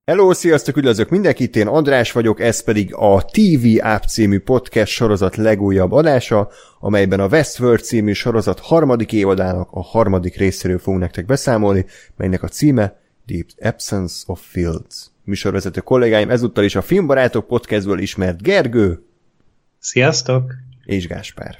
Hello, sziasztok, üdvözlök mindenkit, én András vagyok, ez pedig a TV App című podcast sorozat legújabb adása, amelyben a Westworld című sorozat harmadik évadának a harmadik részéről fogunk nektek beszámolni, melynek a címe The Absence of Fields. Műsorvezető kollégáim ezúttal is a Filmbarátok podcastből ismert Gergő. Sziasztok! És Gáspár.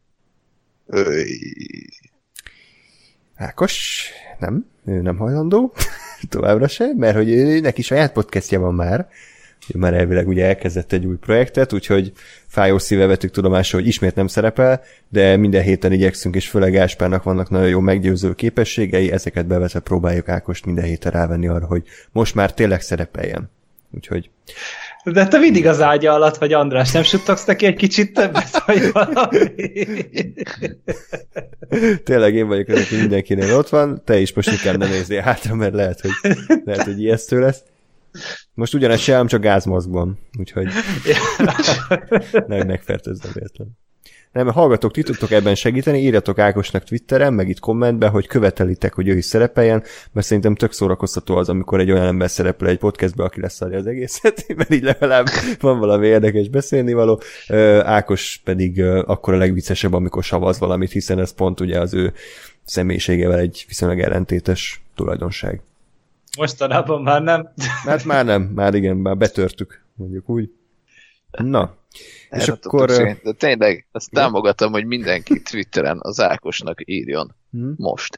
Ákos, ő nem hajlandó, továbbra sem, mert hogy neki saját podcastja van már elvileg ugye elkezdett egy új projektet, úgyhogy fájó szívvel vettük tudomásra, hogy ismét nem szerepel, de minden héten igyekszünk, és főleg Gáspárnak vannak nagyon jó meggyőző képességei, ezeket bevetve próbáljuk Ákost minden héten rávenni arra, hogy most már tényleg szerepeljen. Úgyhogy... De te mindig az ágya alatt vagy, András, nem suttogsz neki egy kicsit többet, vagy valami? Tényleg én vagyok az, aki mindenkinél ott van, te is most inkább nem nézzél hátra, mert lehet, hogy ijesztő lesz. Most ugyanezt sem, csak gázmaszkban, úgyhogy nem megfertőzzem véletlenül. Nem, hallgatók, ti tudtok ebben segíteni, írjatok Ákosnak Twitteren, meg itt kommentbe, hogy követelitek, hogy ő is szerepeljen, mert szerintem tök szórakoztató az, amikor egy olyan ember szerepel egy podcastbe, aki leszarja az egészet, mert így legalább van valami érdekes beszélnivaló. Ákos pedig akkor a legviccesebb, amikor savaz valamit, hiszen ez pont ugye az ő személyiségével egy viszonylag ellentétes tulajdonság. Mostanában már nem. Mert már nem, már igen, már betörtük, mondjuk úgy. Na, és akkor... De tényleg, azt támogatom, hogy mindenki Twitteren az Ákosnak írjon. Most,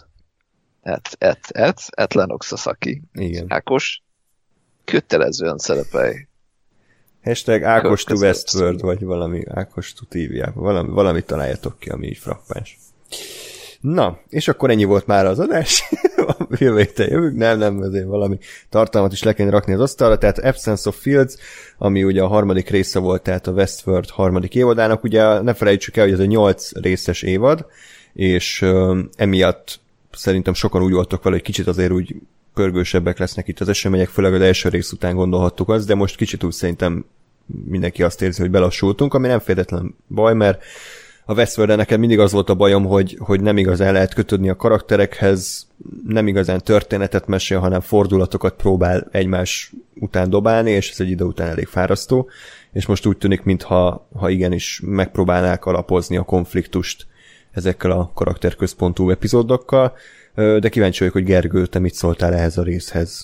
Lennox Sasaki. Igen. Ákos, kötelezően szerepelj. Hashtag Ákos to Westworld, vagy valami Ákos to TV, valamit találjatok ki, ami így frappáns. Na, és akkor ennyi volt már az adás. Jövő héten jövünk, nem, azért valami tartalmat is le kéne rakni az asztalra, tehát Absence of Fields, ami ugye a harmadik része volt, tehát a Westworld harmadik évadának, ugye ne felejtsük el, hogy ez egy 8 részes évad, és emiatt szerintem sokan úgy voltak vele, hogy kicsit azért úgy pörgősebbek lesznek itt az események, főleg az első rész után gondolhattuk azt, de most kicsit úgy szerintem mindenki azt érzi, hogy belassultunk, ami nem feltétlen baj, mert a Westworld-en nekem mindig az volt a bajom, hogy nem igazán lehet kötődni a karakterekhez, nem igazán történetet mesél, hanem fordulatokat próbál egymás után dobálni, és ez egy idő után elég fárasztó, és most úgy tűnik, mintha igenis megpróbálnák alapozni a konfliktust ezekkel a karakterközpontú epizódokkal, de kíváncsi vagyok, hogy Gergő, te mit szóltál ehhez a részhez?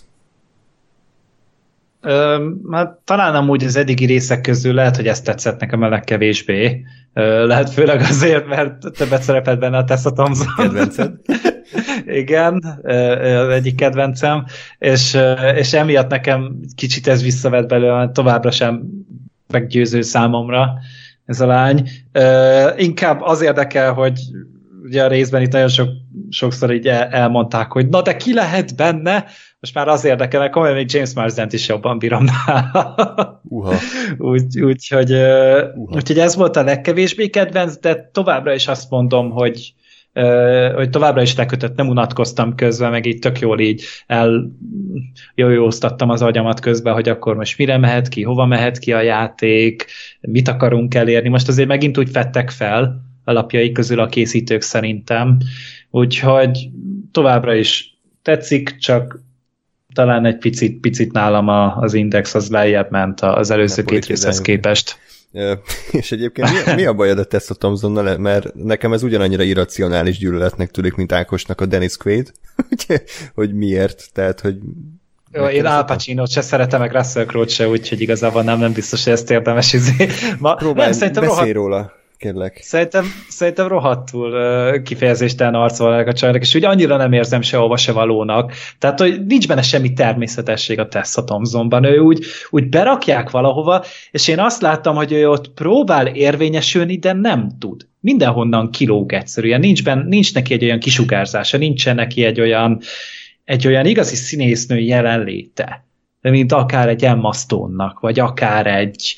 Hát talán amúgy az eddigi részek közül lehet, hogy ezt tetszett nekem a legkevésbé. Lehet főleg azért, mert többet szerepelt benne a Tessa Thompson. Kedvenced? Igen, az egyik kedvencem, és emiatt nekem kicsit ez visszavett belőle, továbbra sem meggyőző számomra ez a lány. Inkább az érdekel, hogy ugye a részben itt nagyon sokszor így elmondták, hogy na de ki lehet benne? Most már az érdekel, mert komolyan még James Marsdent is jobban bírom nála. Úgyhogy ez volt a legkevésbé kedvenc, de továbbra is azt mondom, hogy továbbra is lekötött, nem unatkoztam közben, meg így tök jól így eljójóztattam az agyamat közben, hogy akkor most mire mehet ki, hova mehet ki a játék, mit akarunk elérni. Most azért megint úgy fedtek fel alapjai közül a készítők szerintem. Úgyhogy továbbra is tetszik, csak talán egy picit nálam az index az lejjebb ment az előző két részhez képest. És egyébként mi a bajod a Tessa Thompsonnal? Mert nekem ez ugyanannyira irracionális gyűlöletnek tűnik, mint Ákosnak a Dennis Quaid. Hogy miért? Tehát, hogy... Jó, én Al Pacino-t se szeretem, meg Russell Crowe-t se, úgyhogy igazából nem biztos, hogy ezt érdemes Próbálj, beszélj róla. Kérlek. Szerintem rohadtul kifejezéstelen arc van a csajnak, és ugye annyira nem érzem sehova se valónak. Tehát, hogy nincs benne semmi természetesség a Tessa Thompsonban. Ő úgy berakják valahova, és én azt láttam, hogy ő ott próbál érvényesülni, de nem tud. Mindenhonnan kilóg egyszerűen. Nincs neki egy olyan kisugárzása, nincsen neki egy olyan igazi színésznő jelenléte, mint akár egy Emma Stone-nak, vagy akár egy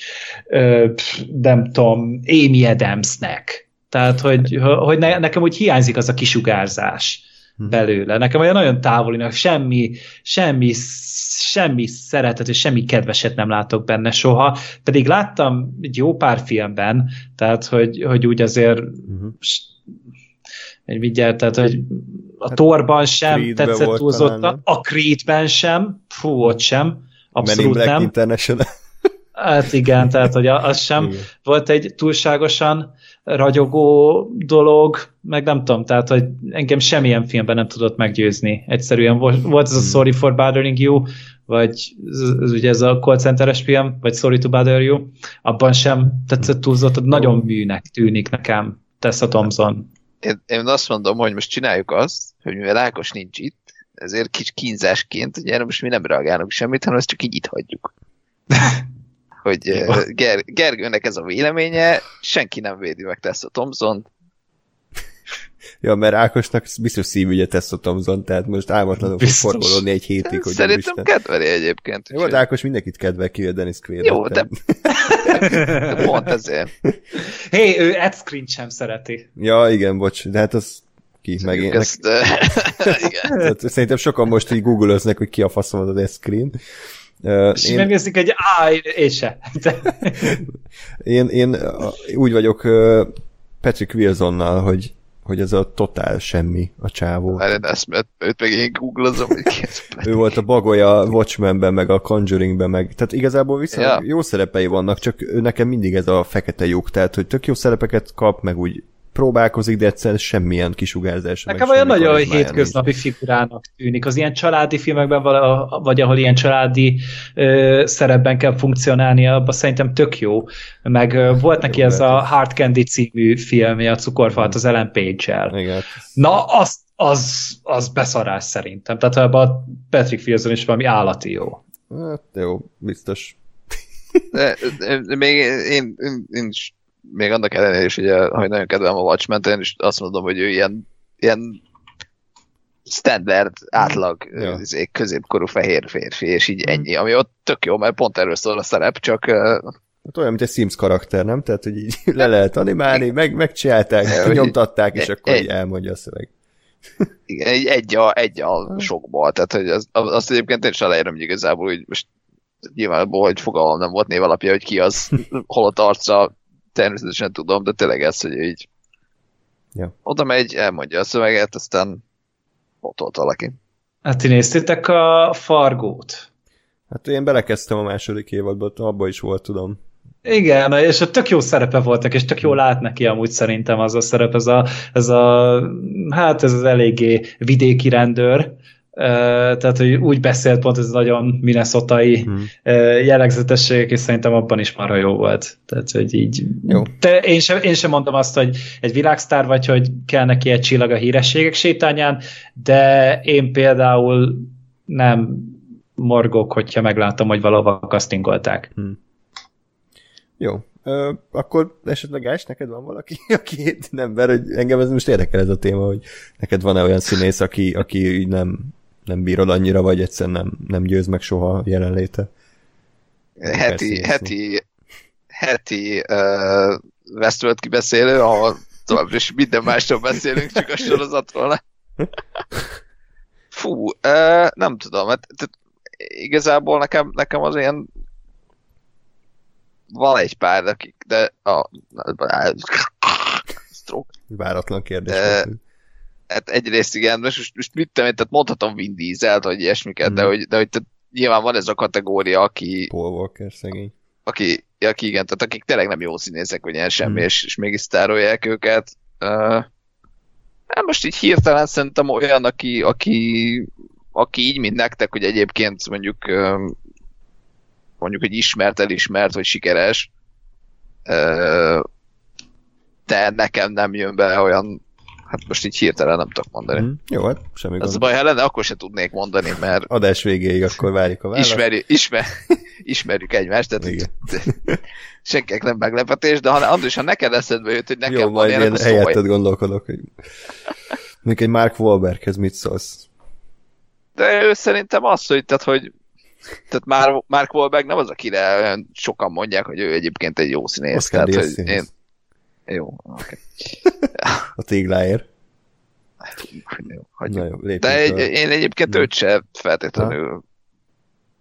nem tudom, Amy Adamsnek. Tehát, hogy nekem úgy hiányzik az a kisugárzás belőle. Nekem olyan nagyon távolinak, semmi szeretet és semmi kedveset nem látok benne soha, pedig láttam egy jó pár filmben, tehát, hogy úgy azért mindjárt, tehát, hogy a Thorban sem tetszett túlzottan, a Creedben sem, ott sem, abszolút nem. International. Hát igen, tehát hogy az sem igen. Volt egy túlságosan ragyogó dolog, meg nem tudom, tehát hogy engem semmilyen filmben nem tudott meggyőzni. Egyszerűen volt ez a Sorry for Bothering You, vagy ugye ez a call centeres film, vagy Sorry to Bother You, abban sem tetszett túlzott, nagyon műnek tűnik nekem Tessa Thompson. Én azt mondom, hogy most csináljuk azt, hogy mivel Ákos nincs itt, ezért kis kínzásként, hogy erre most mi nem reagálunk semmit, hanem ezt csak így itt hagyjuk. Hogy Gergőnek ez a véleménye, senki nem védi meg Tessa Thompson. Ja, mert Ákosnak biztos szívügye Tessa Thompson, tehát most álmatlanul fog forgolódni egy hétig. Hogy szerintem kedveli egyébként. Jó, de Ákos mindenkit kedvel, kivéve Dennis Quaid. Jó, de pont ezért. Hé, ő Ed Screen sem szereti. Ja, igen, bocs, de hát az ki meg én. Igen. Szerintem sokan most így googlöznek, hogy ki a faszom az Ed Screen. És megnézik egy én se. én úgy vagyok Patrick Wilsonnal, hogy ez a totál semmi a csávó. Őt meg én googlozom, hogy ki ez. Ő volt a Bagoly a Watchmenben, meg a Conjuringben, meg. Tehát igazából viszont jó szerepei vannak, csak ő nekem mindig ez a fekete lyuk, tehát hogy tök jó szerepeket kap, meg úgy próbálkozik, de egyszerűen semmilyen kisugárzása. Nekem olyan nagyon hétköznapi figurának tűnik. Az ilyen családi filmekben, vagy ahol ilyen családi szerepben kell funkcionálnia, abban szerintem tök jó. Meg volt neki ez a Hard Candy című filmje, a Cukorfalt az Ellen Page-el. Igen. Na, az beszarás szerintem. Tehát ebben Patrick Wilson is valami állati jó. Hát jó, biztos. De még én még annak ellenére is, hogy nagyon kedvelem a Watchmen-t, én is azt mondom, hogy ő ilyen standard, átlag, középkorú fehér férfi, és így ennyi, ami ott tök jó, mert pont erről szól a szerep, csak... Hát olyan, mint egy Sims karakter, nem? Tehát, hogy így le lehet animálni, megcsinálták, nyomtatták, és akkor így elmondja a szöveg. Igen, egy a sokból, tehát hogy azt egyébként én is aláírom, hogy igazából, hogy most nyilvánból, hogy fogalmam nem volt névalapja, hogy ki az holott arcra, természetesen tudom, de tényleg ez, hogy így oda megy, elmondja a szöveget, aztán ott volt valaki. Hát ti néztétek a Fargót? Hát én belekezdtem a második évadba, abban is volt, tudom. Igen, és ott tök jó szerepe voltak, és tök jól lát neki amúgy szerintem az a szerep, ez az eléggé vidéki rendőr, tehát, hogy úgy beszélt pont ez nagyon minnesotai jellegzetességek, és szerintem abban is marha jó volt. Tehát, hogy így... Jó. Én sem mondom azt, hogy egy világsztár vagy, hogy kell neki egy csillag a hírességek sétányán, de én például nem morgok, hogyha meglátom, hogy valahol castingolták. Jó. Akkor esetleg Ás, neked van valaki, aki nem, mert hogy engem ez most érdekel ez a téma, hogy neked van-e olyan színész, aki nem bírod annyira, vagy egyszerűen nem győz meg soha a jelenléte? Heti Westworld kibeszélő, ahol tovább is minden másról beszélünk, csak a sorozatról. Fú, nem tudom, igazából nekem az ilyen van egy pár, akik, de stroke. Váratlan kérdés. Hát egyrészt igen, most mit tudom, tehát mondhatom Vin Dieselt, vagy ilyesmiket, de hogy nyilván van ez a kategória, aki... Paul Walker szegény. Aki igen, tehát akik tényleg nem jó színészek, vagy ilyen semmi, és mégis sztárolják őket. Most így hirtelen szerintem olyan, aki így, mint nektek, hogy egyébként mondjuk hogy elismert, vagy sikeres, de nekem nem jön be olyan, hát most így hirtelen nem tudok mondani. Jó, hát semmi gond. Az a baj, ha lenne, akkor se tudnék mondani, mert... Adás végéig akkor várjuk a választ. Ismerjük egymást, tehát senkinek nem meglepetés, de András, ha neked eszedbe jött, hogy nekem van ilyen, akkor helyetted gondolkodok, hogy még egy Mark Wahlberghez mit szólsz? De ő szerintem az, hogy tehát Mark Wahlberg nem az, akire sokan mondják, hogy ő egyébként egy jó színész. Tehát, hogy színész. Jó, oké. A tégláért. Jó, de én egyébként őt se feltétlenül.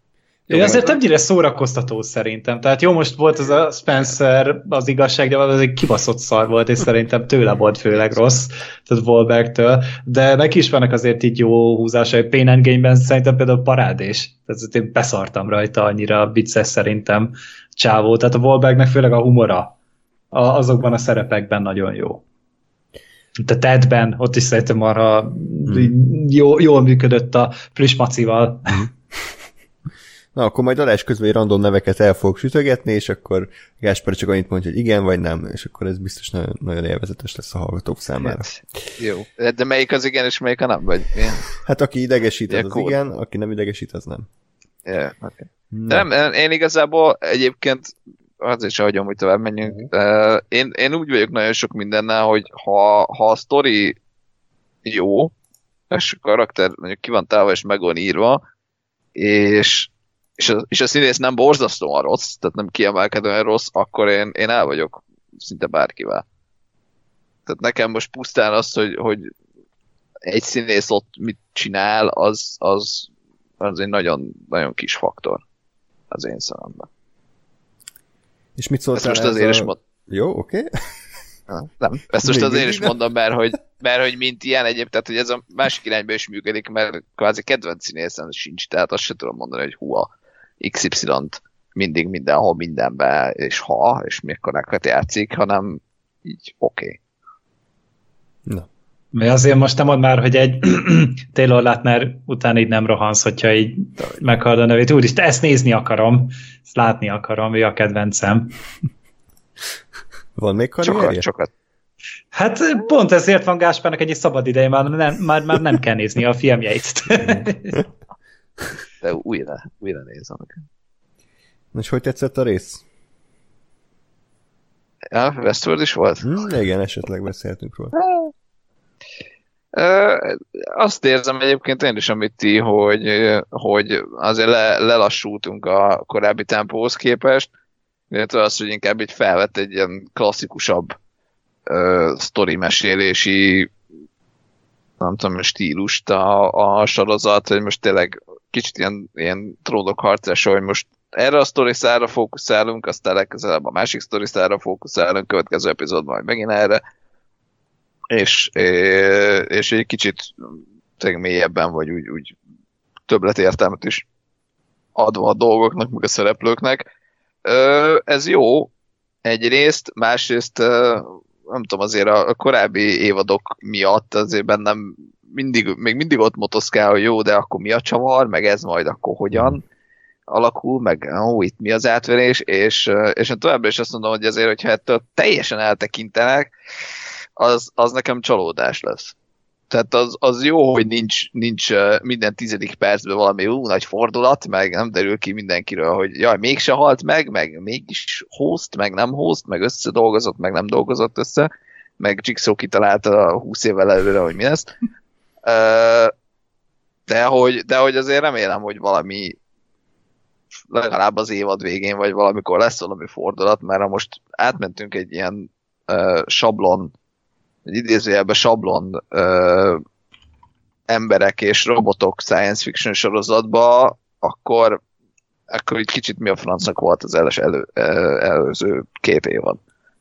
Ő azért többnyire szórakoztató szerintem. Tehát jó, most volt az a Spencer, az igazság, de az egy kibaszott szar volt, és szerintem tőle volt főleg rossz, tehát Wahlbergtől, de neki is vannak azért így jó húzásai. Pain and Gain-ben szerintem például parádés. Tehát én beszartam rajta, annyira vicces szerintem csávó. Tehát a Wahlbergnek főleg a humora azokban a szerepekben nagyon jó. De Tedben, ott is szerintem arra jól működött a plüsmacival. Na, akkor majd adás közben egy random neveket el fogok sütögetni, és akkor Gáspár csak annyit mondja, hogy igen vagy nem, és akkor ez biztos nagyon, nagyon élvezetes lesz a hallgatók számára. Hát, jó. De melyik az igen, és melyik a nem? Vagy milyen? Hát aki idegesít, az igen, aki nem idegesít, az nem. Yeah, okay. Nem, én igazából egyébként azért sem hagyom, hogy tovább menjünk. Én úgy vagyok nagyon sok mindennel, hogy ha a sztori jó, és a karakter mondjuk ki van találva és meg van írva, és a színész nem borzasztóan rossz, tehát nem kiemelkedően rossz, akkor én el vagyok szinte bárkivel. Tehát nekem most pusztán az, hogy egy színész ott mit csinál, az egy nagyon, nagyon kis faktor az én szememben. És mit szóltál? Ezt most azért is mondom. Jó, oké. Nem, ezt most azért is mondom, mert hogy mint ilyen egyébként, tehát hogy ez a másik irányba is működik, mert kvázi kedvenc színészen sincs, tehát azt sem tudom mondani, hogy hú a XY-t mindig mindenhol mindenbe, és mikor játszik, hanem így oké. Na. Mert azért most nem mond már, hogy egy Taylor Lautner után így nem rohansz, hogyha így meghallod a nevét. Úristen, ezt nézni akarom, ezt látni akarom, ő a kedvencem. Van még karrierje? Sokat. Hát pont ezért van Gáspárnak egy szabad ideje, már nem kell nézni a filmjeit. De újra nézem. És hogy tetszett a rész? Ja, Westworld is volt? Igen, esetleg beszéltünk róla. Azt érzem egyébként én is, amit ti, hogy azért lelassultunk a korábbi tempóhoz képest, illetve az, hogy inkább így felvett egy ilyen klasszikusabb sztori mesélési nem tudom, stílust a sorozat, hogy most tényleg kicsit ilyen trónok harcása, hogy most erre a sztoriszára fókuszálunk, aztán legközelebb a másik sztoriszára fókuszálunk, következő epizódban majd megint erre, és egy kicsit mélyebben, vagy úgy többletértelmet is adva a dolgoknak, meg a szereplőknek. Ez jó egyrészt, másrészt nem tudom, azért a korábbi évadok miatt azért bennem még mindig ott motoszkál, hogy jó, de akkor mi a csavar, meg ez majd akkor hogyan alakul, meg itt mi az átverés, és én továbbra is azt mondom, hogy azért, hogyha ettől teljesen eltekintenek, az nekem csalódás lesz. Tehát az jó, hogy nincs minden 10. percben valami nagy fordulat, meg nem derül ki mindenkiről, hogy jaj, mégse halt meg mégis host, meg nem host, meg összedolgozott, meg nem dolgozott össze, meg Jigsaw kitalálta 20 évvel előre, hogy mi lesz. De hogy azért remélem, hogy valami legalább az évad végén, vagy valamikor lesz valami fordulat, mert ha most átmentünk egy ilyen sablon, egy idézőjelben sablon emberek és robotok science fiction sorozatba, akkor így kicsit mi a francnak volt az előző 2 évad.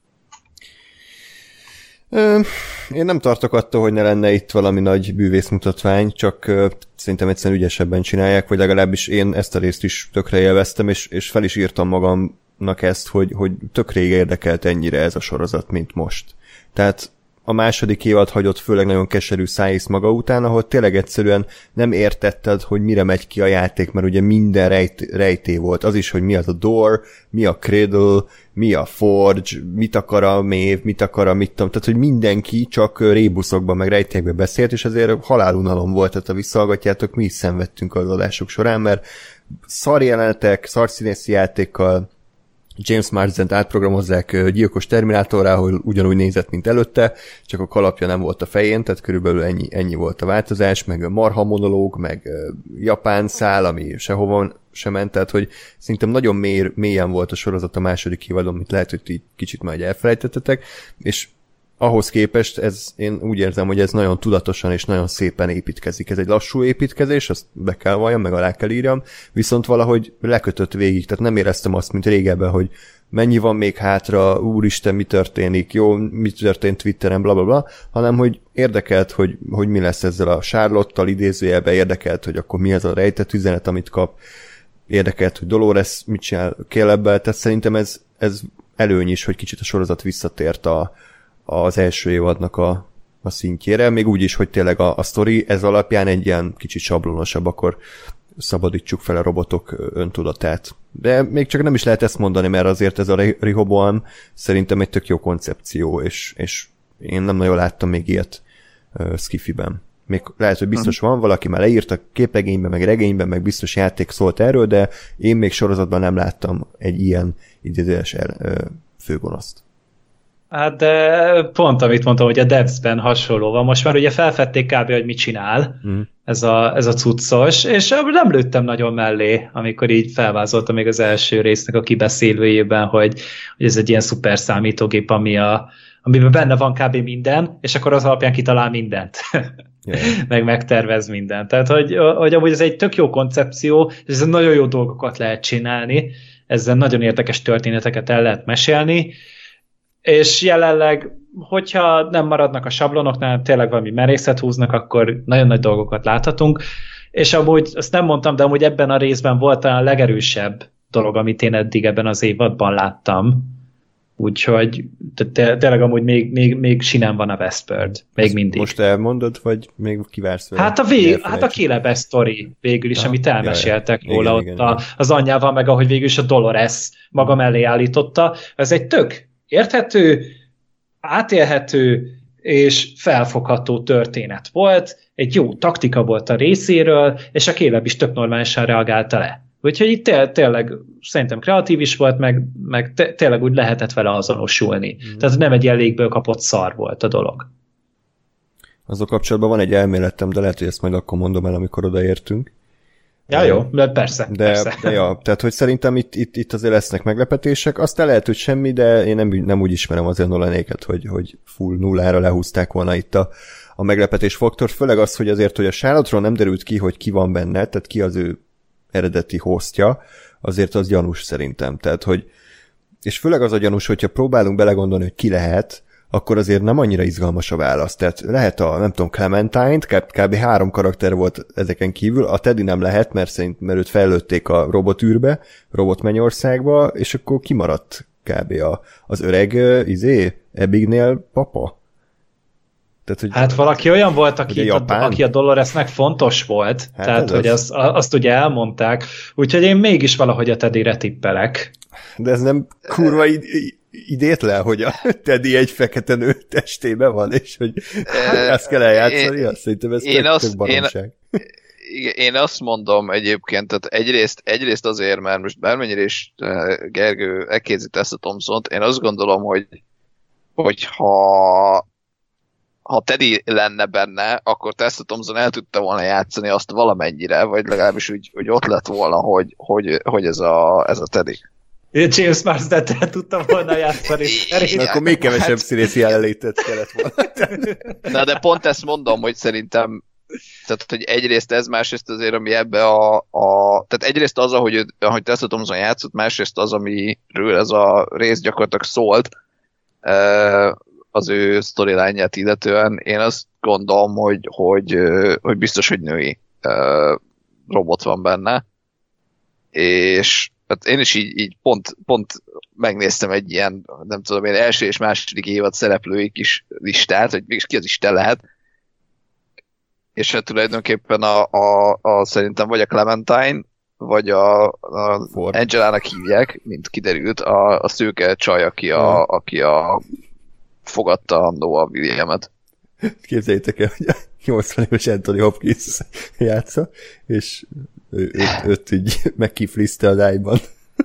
Én nem tartok attól, hogy ne lenne itt valami nagy bűvészmutatvány, csak szerintem egyszerűen ügyesebben csinálják, vagy legalábbis én ezt a részt is tökre élveztem, és fel is írtam magamnak ezt, hogy tök rég érdekelt ennyire ez a sorozat, mint most. Tehát a második évad hagyott főleg nagyon keserű szájíz maga után, ahol tényleg egyszerűen nem értetted, hogy mire megy ki a játék, mert ugye minden rejtély volt. Az is, hogy mi az a door, mi a cradle, mi a forge, mit akar a Maeve, mit akar a mit tudom. Tehát, hogy mindenki csak rébuszokban, meg rejtélyekben beszélt, és ezért halálunalom volt. Tehát, ha visszahallgatjátok, mi is szenvedtünk az adások során, mert szar jelenetek, szar színészi játékkal, James Marsdent átprogramozzák gyilkos terminátorrá, ahol ugyanúgy nézett, mint előtte, csak a kalapja nem volt a fején, tehát körülbelül ennyi volt a változás, meg marha monológ, meg japán szál, ami sehova sem ment, tehát hogy szerintem nagyon mélyen volt a sorozat a második évadon, amit lehet, hogy így kicsit majd elfelejtettetek, és ahhoz képest én úgy érzem, hogy ez nagyon tudatosan és nagyon szépen építkezik. Ez egy lassú építkezés, azt be kell valljam, meg alá kell írjam, viszont valahogy lekötött végig, tehát nem éreztem azt, mint régebben, hogy mennyi van még hátra, úristen, mi történik, jó, mi történt Twitteren, blablabla, hanem hogy érdekelt, hogy mi lesz ezzel a Charlotte-tal idézőjelben, érdekelt, hogy akkor mi az a rejtett üzenet, amit kap, érdekelt, hogy Dolores mit csinál Caleb-bel, tehát szerintem ez előny is, hogy kicsit a sorozat visszatért az első évadnak a szintjére, még úgy is, hogy tényleg a sztori ez alapján egy ilyen kicsit sablonosabb, akkor szabadítsuk fel a robotok öntudatát. De még csak nem is lehet ezt mondani, mert azért ez a Rehoboam szerintem egy tök jó koncepció, és én nem nagyon láttam még ilyet Skiffy-ben. Még lehet, hogy biztos van, valaki már leírta képregényben, meg regényben, meg biztos játék szólt erről, de én még sorozatban nem láttam egy ilyen idézőes főgonoszt. Hát de pont amit mondtam, hogy a Devs-ben hasonló van. Most már ugye felfedték kb. Hogy mit csinál ez a cuccos, és nem lőttem nagyon mellé, amikor így felvázoltam még az első résznek a kibeszélőjében, hogy ez egy ilyen szuper számítógép, amiben benne van kb. Minden, és akkor az alapján kitalál mindent. Meg megtervez mindent. Tehát, hogy amúgy ez egy tök jó koncepció, és ezzel nagyon jó dolgokat lehet csinálni, ezzel nagyon érdekes történeteket el lehet mesélni, és jelenleg, hogyha nem maradnak a sablonoknál, tényleg valami merészet húznak, akkor nagyon nagy dolgokat láthatunk, és amúgy, azt nem mondtam, de amúgy ebben a részben volt a legerősebb dolog, amit én eddig ebben az évadban láttam. Úgyhogy tényleg amúgy még sinem van a Westworld. Még mindig. Most elmondod, vagy még kivársz vele? Hát a Caleb sztori végül is, amit elmeséltek róla ott igen. Az anyjával, meg ahogy végül is a Dolores maga mellé állította. Ez egy tök érthető, átélhető és felfogható történet volt. Egy jó taktika volt a részéről, és a Caleb is tök normálisan reagálta le. Úgyhogy itt tényleg szerintem kreatív is volt, meg tényleg úgy lehetett vele azonosulni. Tehát nem egy ellégből kapott szar volt a dolog. Azzal kapcsolatban van egy elméletem, de lehet, hogy ezt majd akkor mondom el, amikor odaértünk. Ja, jó, de persze. De ja, tehát, hogy szerintem itt azért lesznek meglepetések. Aztán lehet, hogy semmi, de én nem úgy ismerem azért Nolanéket, hogy full nullára lehúzták volna itt a meglepetés faktor. Főleg az, hogy azért, hogy a Charlotte-ról nem derült ki, hogy ki van benne, tehát ki az ő eredeti hostja, azért az gyanús szerintem. Tehát, hogy, és főleg az a gyanús, hogyha próbálunk belegondolni, hogy ki lehet, akkor azért nem annyira izgalmas a válasz. Tehát lehet nem tudom, Clementine-t, kb. 3 karakter volt ezeken kívül, a Teddy nem lehet, mert őt fejlődték a robotűrbe, robotmennyországba, és akkor kimaradt kb. Az öreg Abigail papa. Tehát, hogy hát valaki olyan volt, aki a Doloresnek fontos volt, hát tehát hogy azt ugye elmondták, úgyhogy én mégis valahogy a Teddyre tippelek. De ez nem kurva idétlen, hogy a Teddy egy fekete nő testében van, és hogy ezt kell eljátszani, azt szerintem ez tök baromság. Én azt mondom egyébként, tehát egyrészt azért, mert most bármennyire is Gergő elkézi Tessa Thompsont, én azt gondolom, hogy ha Teddy lenne benne, akkor Tessa Thompson el tudta volna játszani azt valamennyire, vagy legalábbis úgy, hogy ott lett volna, hogy ez a Teddy. James Marsden-tel tudtam volna játszani. Akkor még kevesebb színészi jelenlétet kellett volna. Na de pont ezt mondom, hogy szerintem tehát, hogy egyrészt ez, másrészt azért, ami ebbe tehát egyrészt az, ahogy Tessa Thompson játszott, másrészt az, amiről ez a rész gyakorlatilag szólt, az ő storyline-ját illetően, én azt gondolom, hogy biztos, hogy női robot van benne, és hát én is így pont megnéztem egy ilyen, nem tudom én, első és második évad szereplői kis listát, hogy mégis ki az Isten lehet, és hát tulajdonképpen szerintem vagy a Clementine, vagy a Angelának hívják, mint kiderült, a szőke csaj, aki fogadta annó a Williamet. Képzeljétek el, hogy a 80 éves Anthony Hopkins játsza, és őt így megkifliszte a dájban.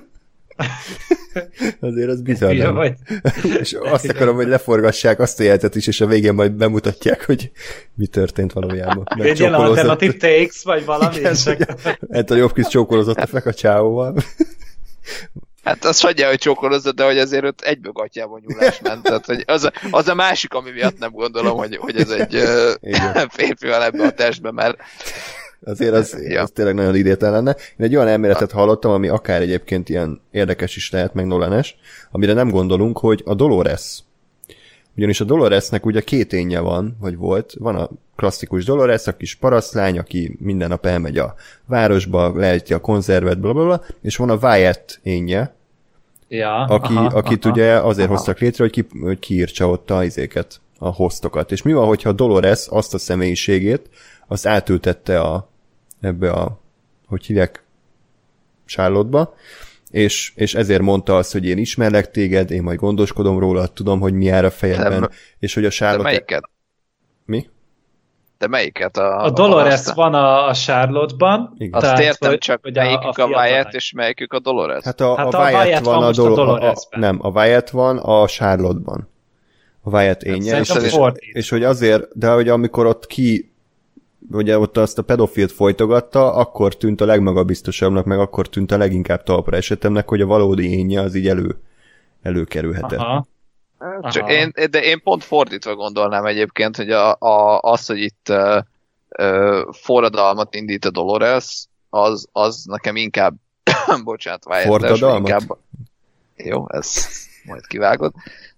Azért az bizarr. És azt akarom, hogy leforgassák azt a jelentet is, és a végén majd bemutatják, hogy mi történt valójában. Egy ilyen alternative takes, vagy valami. Igen, Anthony Hopkins csókolózott a Feka Csáóval. Hát azt hagyja, hogy csókolozza, de hogy azért ott egyből gatyában nyúlás ment. Tehát, hogy az a másik, ami miatt nem gondolom, hogy ez egy férfi van ebben a testben, mert azért az tényleg nagyon idétlen lenne. Én egy olyan elméletet hallottam, ami akár egyébként ilyen érdekes is lehet, meg Nolanes, amire nem gondolunk, hogy a Dolores. Ugyanis a Doloresnek ugye két énje van, vagy volt. Van a klasszikus Dolores, a kis parasztlány, aki minden nap elmegy a városba, leheti a konzervet, blablabla, és van a Wyatt énje, akit ugye azért hoztak létre, hogy kiírtsa ott a izéket, a hostokat. És mi van, hogyha Dolores azt a személyiségét, azt átültette ebbe a, hogy hívják, Charlotte-ba, és ezért mondta azt, hogy én ismerlek téged, én majd gondoskodom róla, tudom, hogy mi jár a fejedben, és hogy a Charlotte... De melyiket? Mi? De melyiket? A Dolores van a Charlotte-ban. Azt tehát, értem, csak hogy melyikük a Wyatt, és melyikük a Dolores? Hát a Wyatt van a Doloresben. Nem, a Wyatt van a Charlotte-ban. A Wyatt énje, és hogy azért, de hogy amikor ott ugye ott azt a pedofilt folytogatta, akkor tűnt a legmagabiztosabbnak, meg akkor tűnt a leginkább talpra esetemnek, hogy a valódi énje az így előkerülhetett. Csak én pont fordítva gondolnám egyébként, hogy az, hogy itt forradalmat indít a Dolores, az nekem inkább bocsánat, forradalmat? Inkább, jó, ez majd kivágod.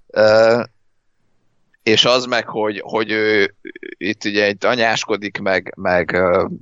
És az meg, hogy ő itt ugye egy anyáskodik, meg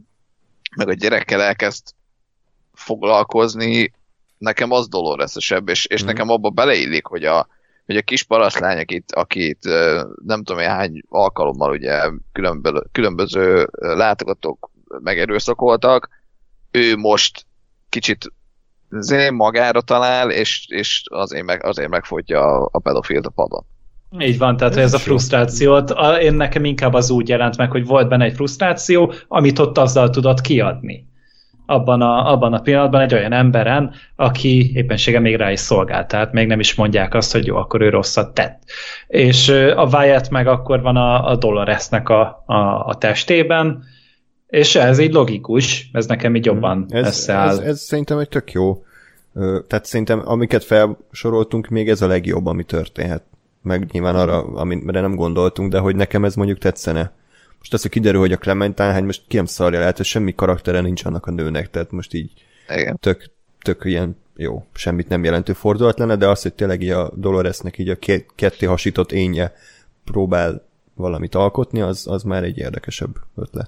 a gyerekkel elkezd foglalkozni, nekem az Dolores-esebb, és nekem abba beleillik, hogy a kis parasztlány, akit nem tudom hány alkalommal ugye különböző látogatók megerőszakoltak, ő most kicsit magára talál, és azért megfogja a pedofilt a padon. Így van, tehát ez a frusztrációt, nekem inkább az úgy jelent meg, hogy volt benne egy frusztráció, amit ott azzal tudott kiadni. Abban a pillanatban egy olyan emberen, aki éppenséggel még rá is szolgált, tehát még nem is mondják azt, hogy jó, akkor ő rosszat tett. És a Wyatt meg akkor van a Doloresnek a testében, és ez így logikus, ez nekem így jobban összeáll. Ez szerintem egy tök jó. Tehát szerintem amiket felsoroltunk, még ez a legjobb, ami történhet. Meg nyilván arra, amire nem gondoltunk, de hogy nekem ez mondjuk tetszene. Most az, hogy kiderül, hogy a Clementine, hát most ki nem szarja lehet, hogy semmi karaktere nincs annak a nőnek, tehát most így tök ilyen jó, semmit nem jelentő fordulat lenne, de az, hogy tényleg így a Doloresnek így a ketté hasított énje próbál valamit alkotni, az már egy érdekesebb ötlet.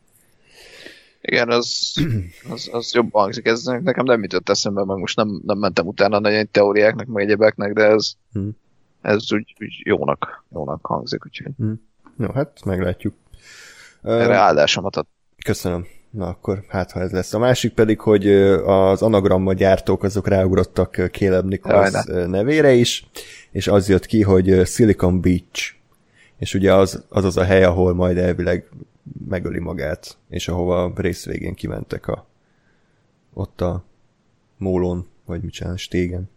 Igen, az jobban hangzik. Ez nekem nem jutott eszembe, meg most nem mentem utána nagyon teóriáknak, meg egyebeknek, de ez úgy jónak hangzik, úgyhogy. Jó, hát meglátjuk. Erre áldásomat ad. Köszönöm. Na akkor, hát ha ez lesz. A másik pedig, hogy az anagramma gyártók azok ráugrottak Caleb Nichols nevére is, és az jött ki, hogy Silicon Beach. És ugye az a hely, ahol majd elvileg megöli magát, és ahova a rész végén kimentek ott a mólon, vagy mit csinál, stégen.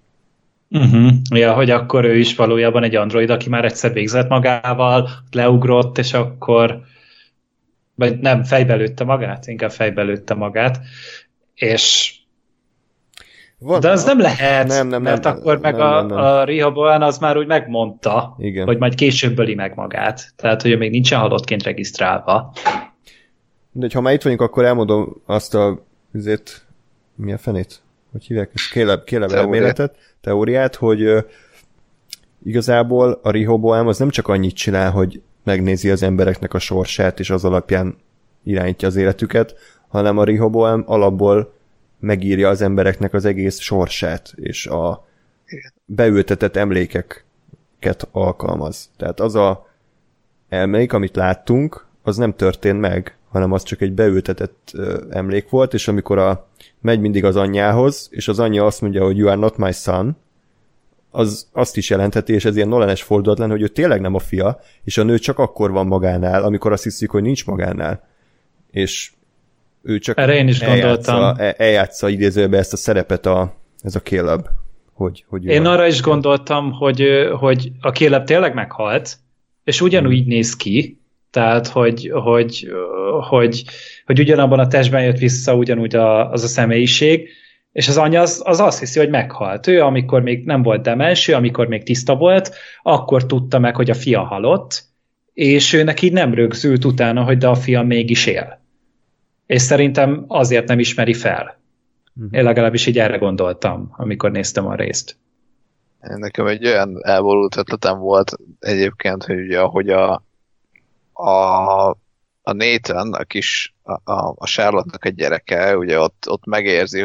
Ja, hogy akkor ő is valójában egy android, aki már egyszer végzett magával, leugrott, és akkor vagy nem, fejbe lőtte magát, inkább fejbe lőtte magát, és de az nem lehet, mert akkor meg a Rehoboam az már úgy megmondta, igen, hogy majd később öli meg magát, tehát hogy még nincsen halottként regisztrálva. De ha már itt vagyunk, akkor elmondom azt azért, mi a fenét? Hogy hívják? Caleb elméletet, teóriát, hogy igazából a Rehoboam az nem csak annyit csinál, hogy megnézi az embereknek a sorsát, és az alapján irányítja az életüket, hanem a Rehoboam alapból megírja az embereknek az egész sorsát, és a beültetett emlékeket alkalmaz. Tehát az a emlék, amit láttunk, az nem történt meg, hanem az csak egy beültetett emlék volt, és amikor megy mindig az anyjához, és az anyja azt mondja, hogy you are not my son, az azt is jelentheti, és ez ilyen Nolan-es fordulatlan, hogy ő tényleg nem a fia, és a nő csak akkor van magánál, amikor azt hiszik, hogy nincs magánál. És ő csak erre én is gondoltam. Eljátsza idézőbe ezt a szerepet ez a Caleb. Hogy én arra is gondoltam, hogy a Caleb tényleg meghalt, és ugyanúgy néz ki, tehát, hogy ugyanabban a testben jött vissza ugyanúgy az a személyiség, És az anyja az azt hiszi, hogy meghalt. Ő, amikor még nem volt demens, ő, amikor még tiszta volt, akkor tudta meg, hogy a fia halott, és ő neki nem rögzült utána, hogy de a fia mégis él. És szerintem azért nem ismeri fel. Én legalábbis így erre gondoltam, amikor néztem a részt. Nekem egy olyan elborult ötletem volt egyébként, hogy ugye ahogy a Nathan, a Charlotte-nak egy gyereke, ugye ott megérzi,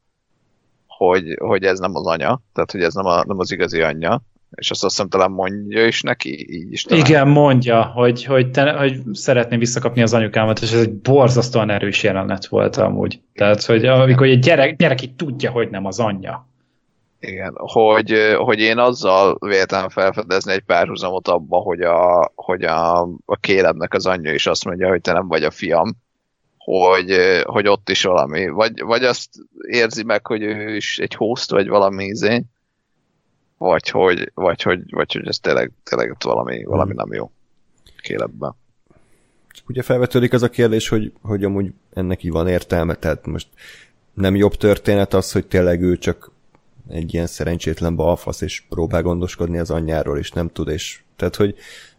hogy ez nem az anya, tehát hogy ez nem az igazi anyja, és azt hiszem talán mondja is neki, így is talán. Igen, mondja, hogy szeretném visszakapni az anyukámat, és ez egy borzasztóan erős jelenet volt amúgy. Tehát, hogy amikor egy gyerek így tudja, hogy nem az anyja. Igen, hogy én azzal véltem felfedezni egy párhuzamot abba, hogy a Calebnek az anyja is azt mondja, hogy te nem vagy a fiam, hogy ott is valami, vagy azt érzi meg, hogy ő is egy host, vagy valami izény, vagy hogy ez tényleg valami nem jó Calebben. Csak ugye felvetődik az a kérdés, hogy amúgy ennek így van értelme, tehát most nem jobb történet az, hogy tényleg ő csak egy ilyen szerencsétlen balfasz, és próbál gondoskodni az anyjáról, és nem tud, és tehát, hogy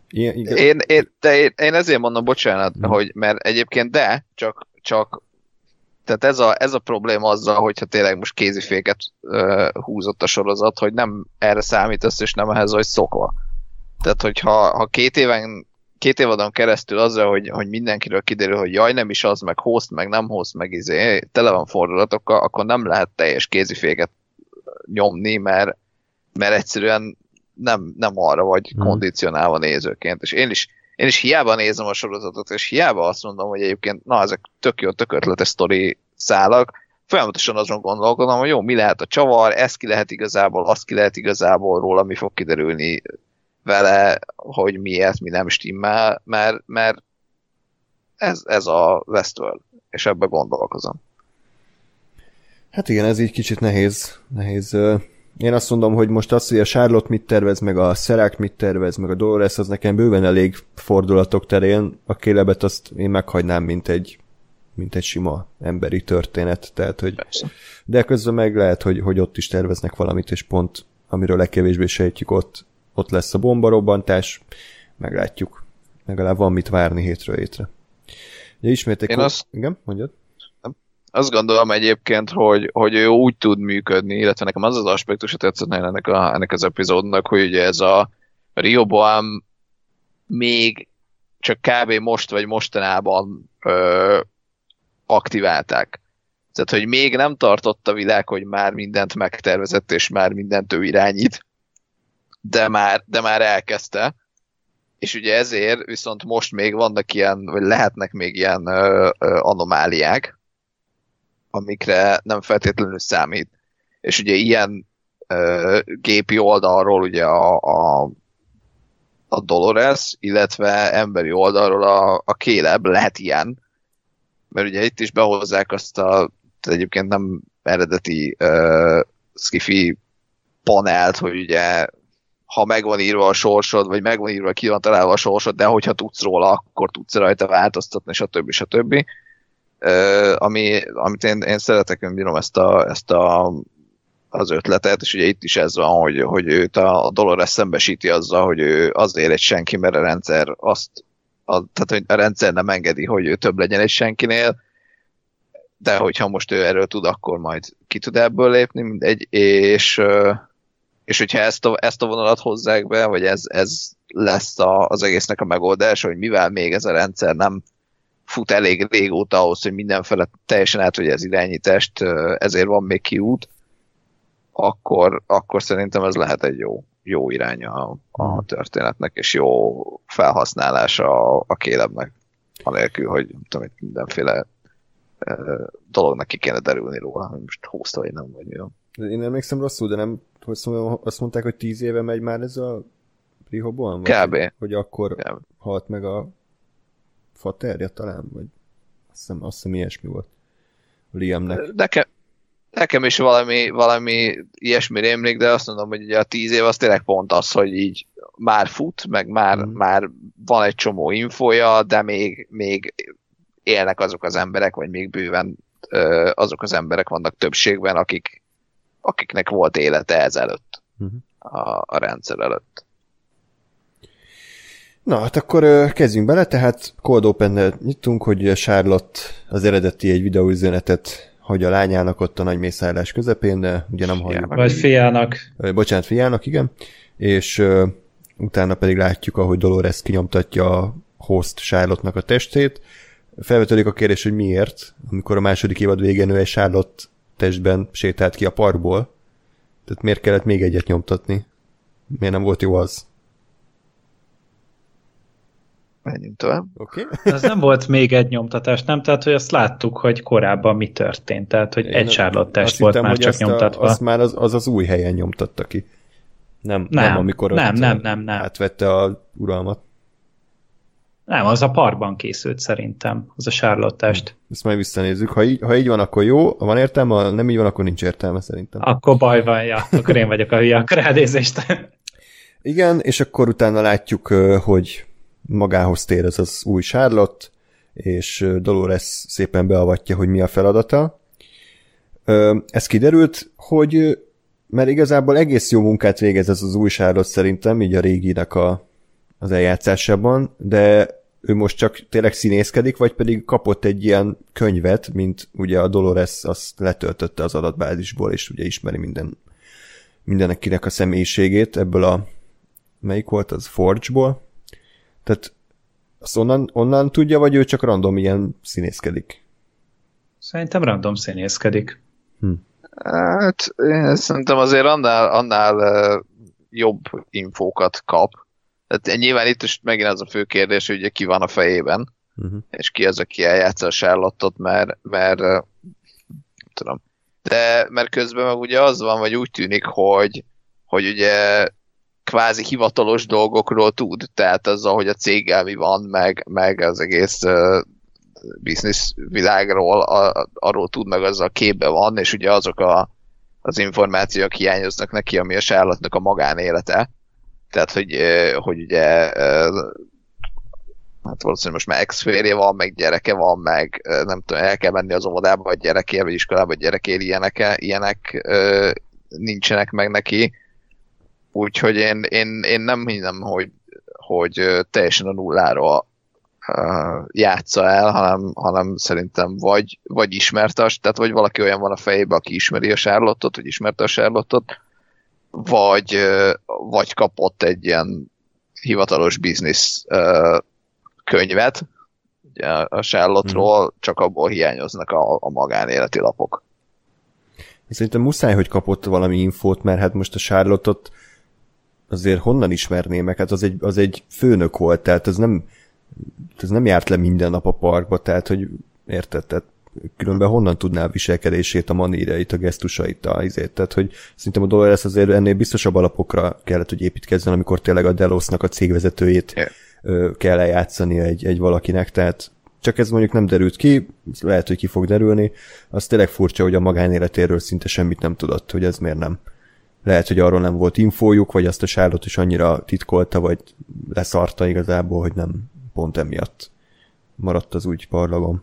én ezért mondom, bocsánat, hogy mert egyébként csak tehát ez a probléma azzal, hogyha tényleg most kéziféket húzott a sorozat, hogy nem erre számítasz, és nem ehhez vagy szokva. Tehát, hogyha két évadon keresztül azzal, hogy mindenkiről kiderül, hogy jaj, nem is az, meg host, meg nem host, meg tele van fordulatokkal, akkor nem lehet teljes kéziféket nyomni, mert egyszerűen nem arra vagy kondicionálva nézőként. És én is hiába nézem a sorozatot, és hiába azt mondom, hogy egyébként ezek tök jó, tök ötletes sztori szálak, folyamatosan azon gondolkodom, hogy jó, mi lehet a csavar, ez ki lehet igazából, azt ki lehet igazából róla, mi fog kiderülni vele, hogy miért, mi nem stimmel, mert ez a Westworld, és ebbe gondolkozom. Hát igen, ez így kicsit nehéz. Én azt mondom, hogy most az, hogy a Charlotte mit tervez, meg a Serac mit tervez, meg a Dolores, az nekem bőven elég fordulatok terén. A Calebet azt én meghagynám, mint egy sima emberi történet. Tehát, hogy de közben meg lehet, hogy ott is terveznek valamit, és pont amiről legkevésbé sejtjük, ott lesz a bombarobbantás. Meglátjuk. Legalább van mit várni hétről hétre. Ugye ismétek... Igen, mondjad? Azt gondolom egyébként, hogy ő úgy tud működni, illetve nekem az aspektus, hogy tetszett ennek az epizódnak, hogy ugye ez a Rehoboam még csak kb. Most vagy mostanában aktiválták. Tehát, hogy még nem tartott a világ, hogy már mindent megtervezett, és már mindent ő irányít, de már elkezdte. És ugye ezért viszont most még vannak ilyen, vagy lehetnek még ilyen anomáliák, amikre nem feltétlenül számít. És ugye ilyen gépi oldalról ugye a Dolores, illetve emberi oldalról a Caleb lehet ilyen, mert ugye itt is behozzák azt egyébként nem eredeti skifi panelt, hogy ugye ha megvan írva a sorsod, vagy megvan írva, ki van találva a sorsod, de hogyha tudsz róla, akkor tudsz rajta változtatni, stb. Amit én szeretek, én bírom ezt az ötletet, és ugye itt is ez van, hogy őt a Dolores szembesíti azzal, hogy ő azért egy senki, mert a rendszer tehát hogy a rendszer nem engedi, hogy ő több legyen egy senkinél, de hogyha most ő erről tud, akkor majd ki tud ebből lépni, mindegy, és hogyha ezt a vonalat hozzák be, vagy ez lesz az egésznek a megoldás, hogy mivel még ez a rendszer nem fut elég régóta ahhoz, hogy mindenfele teljesen átvegye az irányítást, ezért van még kiút, akkor szerintem ez lehet egy jó iránya a történetnek, és jó felhasználása a Calebnek, anélkül, hogy mindenféle dolognak ki kéne derülni róla, hogy most húzta, vagy nem, vagy mi van. Én emlékszem rosszul, de nem, azt mondták, hogy 10 éve megy már ez a Rehoboam? Kb. Hogy akkor halt meg a faterja talán, vagy azt hiszem ilyesmi volt Liamnek. Nekem is valami ilyesmi rémlik, de azt mondom, hogy ugye a 10 év az tényleg pont az, hogy így már fut, meg már van egy csomó infója, de még élnek azok az emberek, vagy még bőven azok az emberek vannak többségben, akiknek volt élete ezelőtt, a rendszer előtt. Na, hát akkor kezdjünk bele, tehát Cold Open-nel nyitunk, hogy Charlotte az eredeti egy videóüzenetet hagy a lányának ott a nagy mészállás közepén, de ugye nem halljuk. Vagy fiának. Bocsánat, fiának, igen. És utána pedig látjuk, ahogy Dolores kinyomtatja a host Charlotte-nak a testét. Felvetődik a kérdés, hogy miért, amikor a második évad végén ő egy Charlotte testben sétált ki a parkból. Tehát miért kellett még egyet nyomtatni? Miért nem volt jó az? Menjünk tovább. Okay. Az nem volt még egy nyomtatás, nem? Tehát, hogy azt láttuk, hogy korábban mi történt. Tehát, hogy egy Charlotte test volt hittem, már csak nyomtatva. Azt már az új helyen nyomtatta ki. Nem amikor nem. átvette a uralmat. Nem, az a parkban készült szerintem, az a Charlotte test. Ezt majd visszanézzük. Ha így van, akkor jó, ha van értelme, ha nem így van, akkor nincs értelme szerintem. Akkor baj van, ja. Akkor én vagyok a hülye, akkor elnézést. Igen, és akkor utána látjuk, hogy magához tér ez az új Charlotte, és Dolores szépen beavatja, hogy mi a feladata. Ez kiderült, hogy mert igazából egész jó munkát végez ez az új Charlotte szerintem, így a réginek az eljátszásában, de ő most csak tényleg színészkedik, vagy pedig kapott egy ilyen könyvet, mint ugye a Dolores azt letöltötte az adatbázisból, és ugye ismeri mindenkinek a személyiségét ebből a melyik volt az? Forge-ból? Tehát azt onnan tudja, vagy ő csak random ilyen színészkedik? Szerintem random színészkedik. Hát én szerintem azért annál jobb infókat kap. Tehát nyilván itt is megint az a fő kérdés, hogy ugye ki van a fejében, és ki az, aki eljátsza a Charlotte-ot, mert tudom. De mert közben meg ugye az van, vagy úgy tűnik, hogy ugye kvázi hivatalos dolgokról tud, tehát azzal, hogy a céggel mi van, meg az egész business világról, arról tud, meg azzal képbe van, és ugye azok az információk hiányoznak neki, ami a Charlotte-nak a magánélete. Tehát, hogy ugye hát valószínűleg most már ex-férje van, meg gyereke van, meg nem tudom, el kell menni az óvodába, vagy gyerekél, vagy iskolába, vagy gyerekél, ilyenek nincsenek meg neki. Úgyhogy én nem hinnem, hogy teljesen a nulláról játsza el, hanem szerintem vagy ismertas, tehát vagy valaki olyan van a fejében, aki ismeri a Charlotte-ot, vagy ismerte a Charlotte-ot, vagy kapott egy ilyen hivatalos biznisz könyvet ugye a Charlotte-ról, csak abból hiányoznak a magánéleti lapok. Szerintem muszáj, hogy kapott valami infót, mert hát most a Charlotte-ot azért honnan ismerném meg? Hát az egy főnök volt, tehát ez nem járt le minden nap a parkba, tehát hogy érted, tehát különben honnan tudná a viselkedését, a manírjait, a gesztusait, tehát hogy szerintem a Dolores azért ennél biztosabb alapokra kellett, hogy építkezzen, amikor tényleg a Delosnak a cégvezetőjét kell eljátszani egy valakinek, tehát csak ez mondjuk nem derült ki, lehet, hogy ki fog derülni, az tényleg furcsa, hogy a magánéletéről szinte semmit nem tudott, hogy ez miért nem. Lehet, hogy arról nem volt infójuk, vagy azt a Charlotte is annyira titkolta, vagy leszarta igazából, hogy nem pont emiatt maradt az úgy parlagon.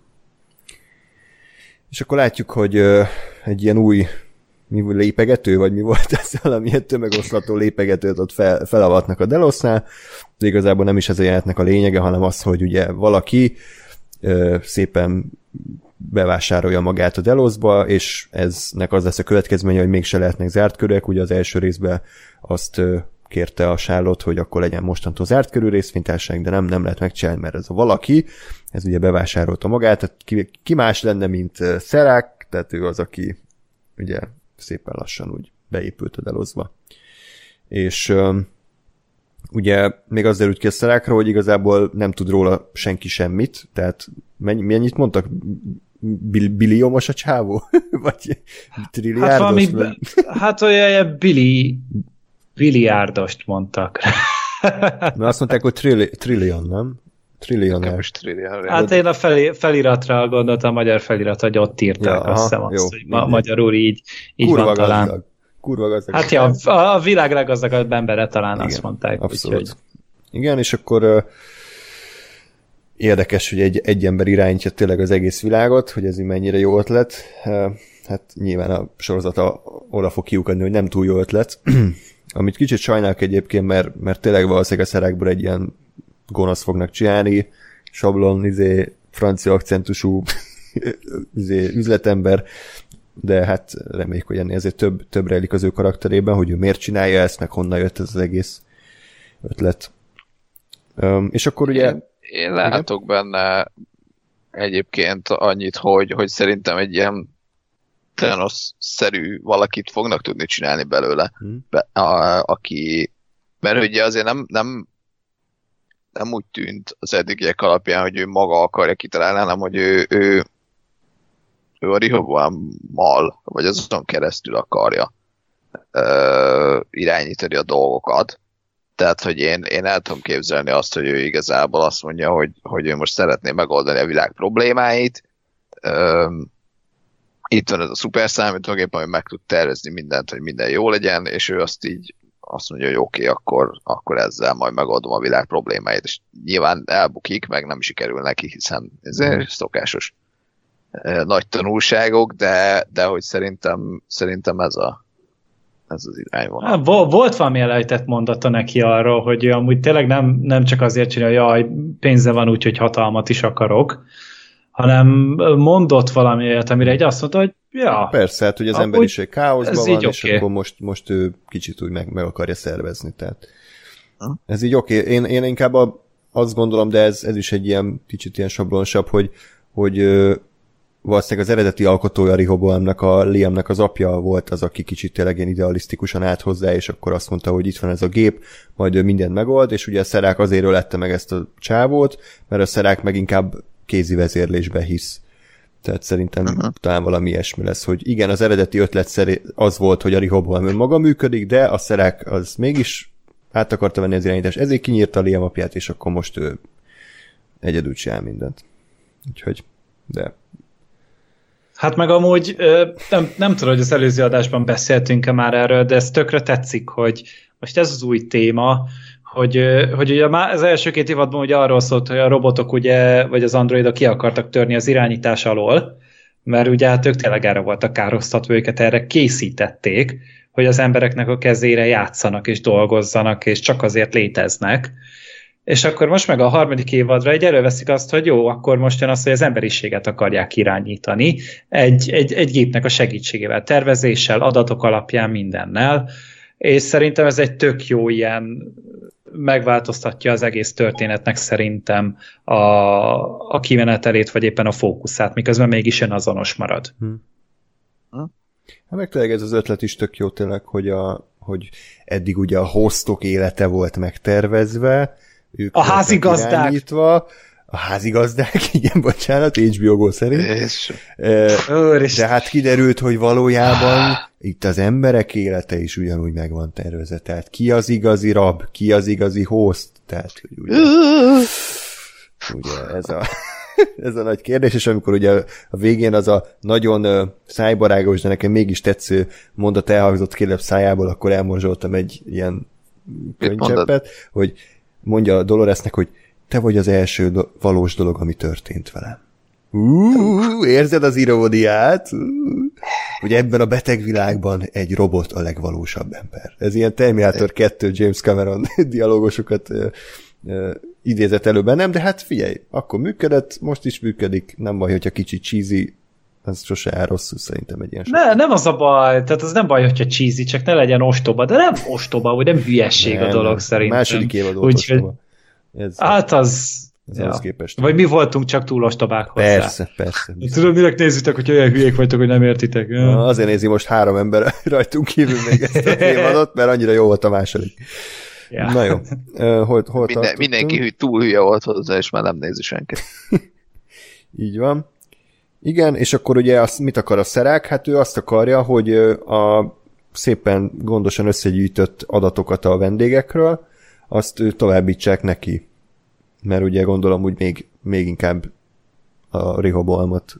És akkor látjuk, hogy egy ilyen új lépegető, vagy mi volt ez, valamilyen tömegoszlató lépegetőt ott felavatnak a Delosnál, de igazából nem is ez a jelenetnek a lényege, hanem az, hogy ugye valaki szépen bevásárolja magát a Delosba, és eznek az lesz a következménye, hogy mégse lehetnek zárt körök, ugye az első részben azt kérte a Charlotte, hogy akkor legyen mostantól zárt körű részvénytársaság, de nem lehet megcsinálni, mert ez a valaki, ez ugye bevásárolta magát, tehát ki más lenne, mint Serac, tehát ő az, aki ugye szépen lassan úgy beépült a Delosba. És ugye még az derült ki a Seracra, hogy igazából nem tud róla senki semmit, tehát mennyit mondtak? Billiómos a csávó? Vagy trilliárdos? Hát olyan billiárdost mondtak. Mert azt mondták, hogy trillion, nem? Trillion. Hát én a feliratra gondoltam, a magyar felirat, hogy ott írták, azt hiszem azt, hogy magyarul így van talán. Kurva gazdag. Hát ja, a világ leggazdagabb embere talán igen, azt mondták. Abszolút. Úgyhogy... Igen, és akkor érdekes, hogy egy ember irányítja tényleg az egész világot, hogy ez mennyire jó ötlet. Hát nyilván a sorozata oda fog kiukadni, hogy nem túl jó ötlet. Amit kicsit sajnálok egyébként, mert tényleg valószínűleg a szerekből egy ilyen gonosz fognak csinálni, sablon, francia akcentusú üzletember, de hát reméljük, hogy ennél azért több rejlik az ő karakterében, hogy ő miért csinálja ezt, meg honnan jött ez az egész ötlet. És akkor ugye... Én látok benne egyébként annyit, hogy szerintem egy ilyen Thanos-szerű valakit fognak tudni csinálni belőle, aki... Mert ugye azért nem úgy tűnt az eddigiek alapján, hogy ő maga akarja kitalálni, hanem hogy ő a Rehoboam-mal, vagy azon keresztül akarja irányítani a dolgokat. Tehát, hogy én el tudom képzelni azt, hogy ő igazából azt mondja, hogy ő most szeretné megoldani a világ problémáit. Itt van ez a szuper számítógép, ami meg tud tervezni mindent, hogy minden jó legyen, és ő azt mondja, hogy oké, akkor ezzel majd megoldom a világ problémáit, és nyilván elbukik, meg nem sikerül neki, hiszen ez szokásos nagy tanulságok, de hogy szerintem ez az irányvonal. Volt valami elejtett mondata neki arról, hogy amúgy tényleg nem csak azért csinálja, hogy pénze van úgy, hogy hatalmat is akarok, hanem mondott valami olyat, amire egy azt mondta, hogy ja. Persze, hát hogy az emberiség káoszban van, és okay. Akkor most ő kicsit úgy meg akarja szervezni. Tehát ez így oké. Én inkább azt gondolom, de ez is egy ilyen kicsit ilyen sablonsabb, hogy valószínűleg az eredeti alkotója Rehoboamnak, a Liamnek az apja volt az, aki kicsit tényleg ilyen idealisztikusan állt hozzá, és akkor azt mondta, hogy itt van ez a gép, majd ő mindent megold, és ugye a Szerák azért ölette meg ezt a csávót, mert a Szerák meg inkább kézi vezérlésbe hisz. Tehát szerintem talán valami ilyesmi lesz, hogy igen, az eredeti ötlet az volt, hogy a Rehoboam önmaga működik, de a Szerák az mégis át akarta venni az irányítást, ezért kinyírta a Liam apját, és akkor most ő egyedül csinál mindent. Úgyhogy, de... Hát meg amúgy nem tudom, hogy az előző adásban beszéltünk-e már erről, de ez tökre tetszik, hogy most ez az új téma, hogy ugye az első 2 évadban ugye arról szólt, hogy a robotok ugye, vagy az androidok ki akartak törni az irányítás alól, mert ugye hát ők tényleg erre voltak károsztatva, őket erre készítették, hogy az embereknek a kezére játszanak és dolgozzanak, és csak azért léteznek. És akkor most meg a 3. évadra előveszik azt, hogy jó, akkor most jön az, hogy az emberiséget akarják irányítani egy gépnek a segítségével, tervezéssel, adatok alapján, mindennel, és szerintem ez egy tök jó ilyen, megváltoztatja az egész történetnek szerintem a kimenetelét, vagy éppen a fókuszát, miközben mégis azonos marad. Hát meg tényleg ez az ötlet is tök jó tényleg, hogy eddig ugye a hostok élete volt megtervezve, ők a házigazdák. A házigazdák, igen, bocsánat, HBO szerint. De hát kiderült, hogy valójában itt az emberek élete is ugyanúgy meg van tervezve. Tehát ki az igazi rab, ki az igazi host. Tehát, hogy ugye ez a nagy kérdés, és amikor ugye a végén az a nagyon szájbarágos, de nekem mégis tetsző mondat elhangzott Caleb szájából, akkor elmorzsoltam egy ilyen könycseppet, hogy mondja Doloresnek, hogy te vagy az első valós dolog, ami történt velem. Érzed az iróniát? Hogy ebben a beteg világban egy robot a legvalósabb ember. Ez ilyen Terminator 2 James Cameron dialógusokat idézett elő bennem, de hát figyelj, akkor működött, most is működik, nem baj, hogyha kicsit cheesy, az sose áll rosszul szerintem egy ilyen nem az a baj, tehát az nem baj, hogyha cheesy, csak ne legyen ostoba, de nem ostoba, vagy nem hülyesség a dolog szerintem. Második évad volt ostoba. Hát az képest. Vagy mi voltunk csak túl ostobák hozzá. Persze. Tudom, minek nézitek, hogy olyan hülyék vagytok, hogy nem értitek. Azért nézi most 3 ember rajtunk kívül még ezt a témadot, mert annyira jó volt a második. Ja. Na jó. Hol mindenki túl hülye volt hozzá, és már nem nézi senki. Így van. Igen, és akkor ugye mit akar a Szerák? Hát ő azt akarja, hogy a szépen gondosan összegyűjtött adatokat a vendégekről, azt továbbítsák neki. Mert ugye gondolom, hogy még inkább a Rehoboamot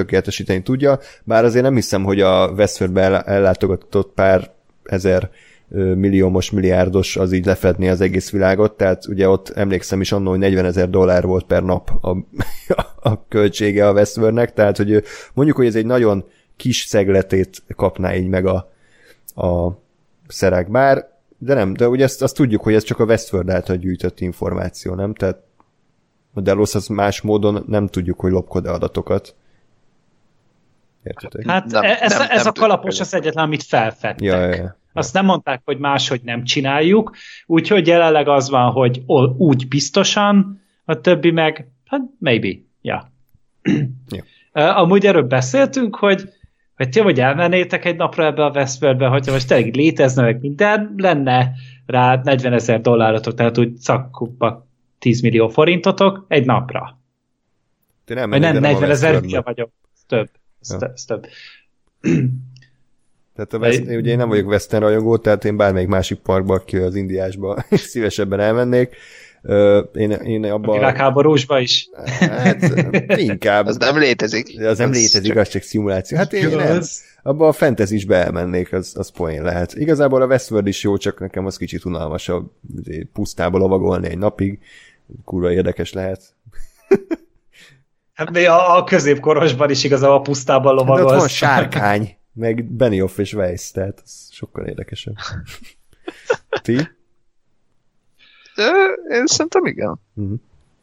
tökéletesíteni tudja, bár azért nem hiszem, hogy a Westworldbe ellátogatott pár ezer milliómos, milliárdos az így lefedni az egész világot, tehát ugye ott emlékszem is annól, hogy $40,000 volt per nap a költsége a Westworldnek, tehát hogy mondjuk, hogy ez egy nagyon kis szegletét kapná így meg a szerák, bár, de nem, de ugye azt tudjuk, hogy ez csak a Westworld által gyűjtött információ, nem? Tehát a Delos az más módon nem tudjuk, hogy lopkod-e adatokat. Értetek? Hát ez a kalapos az egyetlen, amit felfedtek. Ja. Azt nem mondták, hogy máshogy nem csináljuk, úgyhogy jelenleg az van, hogy úgy biztosan, a többi meg, hát maybe, ja. Amúgy erről beszéltünk, hogy ti vagy elmennétek egy napra ebbe a Westworldbe, hogyha most tényleg létezne meg minden, lenne rá $40,000, tehát úgy szakkupba 10 millió forintotok egy napra. Nem, 40,000 vagyok. Több. Ez több. Tehát ugye én nem vagyok western rajongó, tehát én bármelyik másik parkba, aki az Indiásba szívesebben elmennék. Én abban... A világháborúsba is? Hát inkább. Az nem létezik. Az nem létezik, az csak szimuláció. Hát én nem. Abban a fantasy-sbe elmennék, az poén lehet. Igazából a Westworld is jó, csak nekem az kicsit unalmasabb. Pusztába lovagolni egy napig. Kurva érdekes lehet. Hát a középkorosban is igazából a pusztában lovagolsz. Hát van sárkány, meg Benioff és Weiss, tehát ez sokkal érdekesebb. Ti? Én szerintem igen. Uh-huh.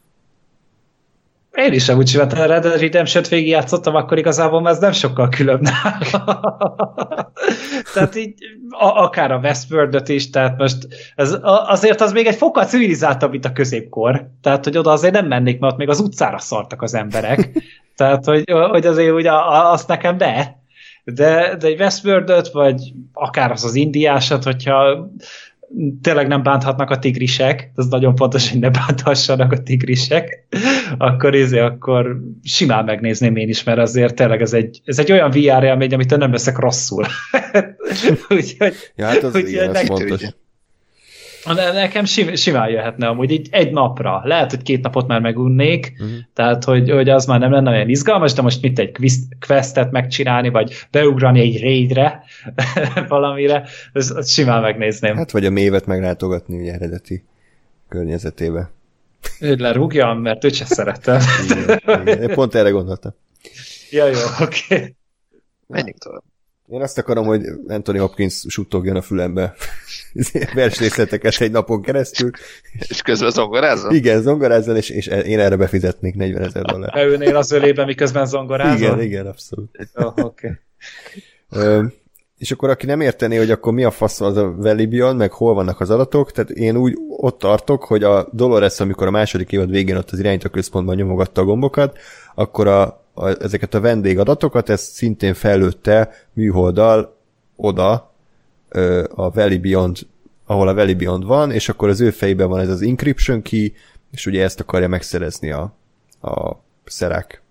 Én is úgy csináltam, a Red Dead Redemption-t végigjátszottam, akkor igazából ez nem sokkal különb nála. Tehát így akár a Westworld-öt is, tehát most azért az még egy fokkal civilizáltabb, mint a középkor. Tehát, hogy oda azért nem mennék, mert ott még az utcára szartak az emberek. Tehát, hogy azért úgy azt nekem de egy Westworld-öt, vagy akár az indiásat, hogyha tényleg nem bánthatnak a tigrisek, ez nagyon fontos, hogy ne bánthassanak a tigrisek, akkor simán megnézném én is, mert azért tényleg ez egy olyan VR élmény, amit nem veszek rosszul. Úgyhogy, ja, hát az igen, ez fontos. Nekem simán jöhetne amúgy így egy napra. Lehet, hogy 2 napot már megunnék, tehát hogy az már nem lenne olyan izgalmas, de most mit egy questet megcsinálni, vagy beugrani egy raidre valamire, azt simán megnézném. Hát vagy a mévet meglátogatni ugye eredeti környezetébe. Őt lerúgjam, mert őt se szeretem. Igen. Pont erre gondoltam. Ja, jó, oké. Menjünk tovább. Én azt akarom, hogy Anthony Hopkins suttogjon a fülembe versrészleteket egy napon keresztül. És közben zongorázzon? Igen, zongorázzon, és én erre befizetnék $40,000. Beülnél az ölébe, miközben zongorázol? Igen, abszolút. Oké. És akkor aki nem értené, hogy akkor mi a fasz az a Valley Beyond, meg hol vannak az adatok, tehát én úgy ott tartok, hogy a Dolores, amikor a második évad végén ott az irányítóközpontban nyomogatta a gombokat, akkor ezeket a vendégadatokat, ezt szintén fejlődte műholddal oda a Valley Beyond, ahol a Valley Beyond van, és akkor az ő fejében van ez az encryption key, és ugye ezt akarja megszerezni a szerák.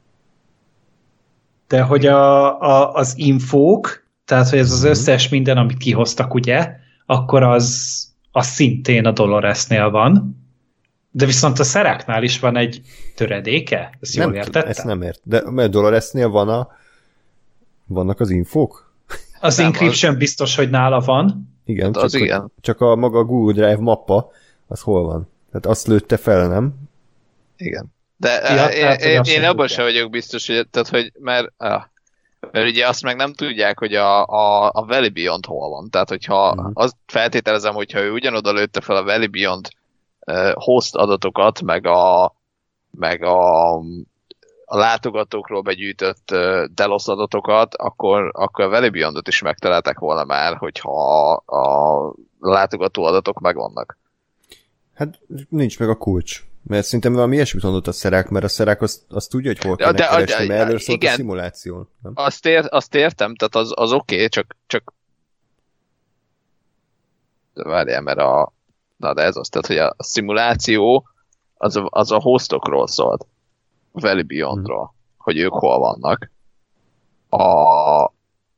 De hogy az infók, tehát hogy ez az összes minden, amit kihoztak, ugye, akkor az szintén a Doloresnél van, de viszont a szeráknál is van egy töredéke? Ezt jól értettem? Ezt nem ért. De mert Doloresnél vannak az infók? Az nem, encryption biztos, hogy nála van. Igen, hát csak a maga Google Drive mappa, az hol van? Tehát azt lőtte fel, nem? Igen. De én abban sem vagyok biztos, hogy, tehát, hogy mert ugye azt meg nem tudják, hogy a Valley Beyond hol van. Tehát, hogyha azt feltételezem, hogyha ő ugyanoda lőtte fel a Valley Beyond host adatokat, meg a látogatókról begyűjtött Delos adatokat, akkor a Valley Beyondot is megtalálták volna már, hogyha a látogató adatok megvannak. Hát nincs meg a kulcs. Mert szerintem valami ilyesmit mondott a szerák, mert a szerák azt tudja, hogy hol kell keresni, mert erről szólt a szimuláción. Nem? Azt értem, tehát az oké, csak de várjál, mert na de ez az, tehát hogy a szimuláció az a hostokról szólt, a Valley Beyondról, hogy ők hol vannak. A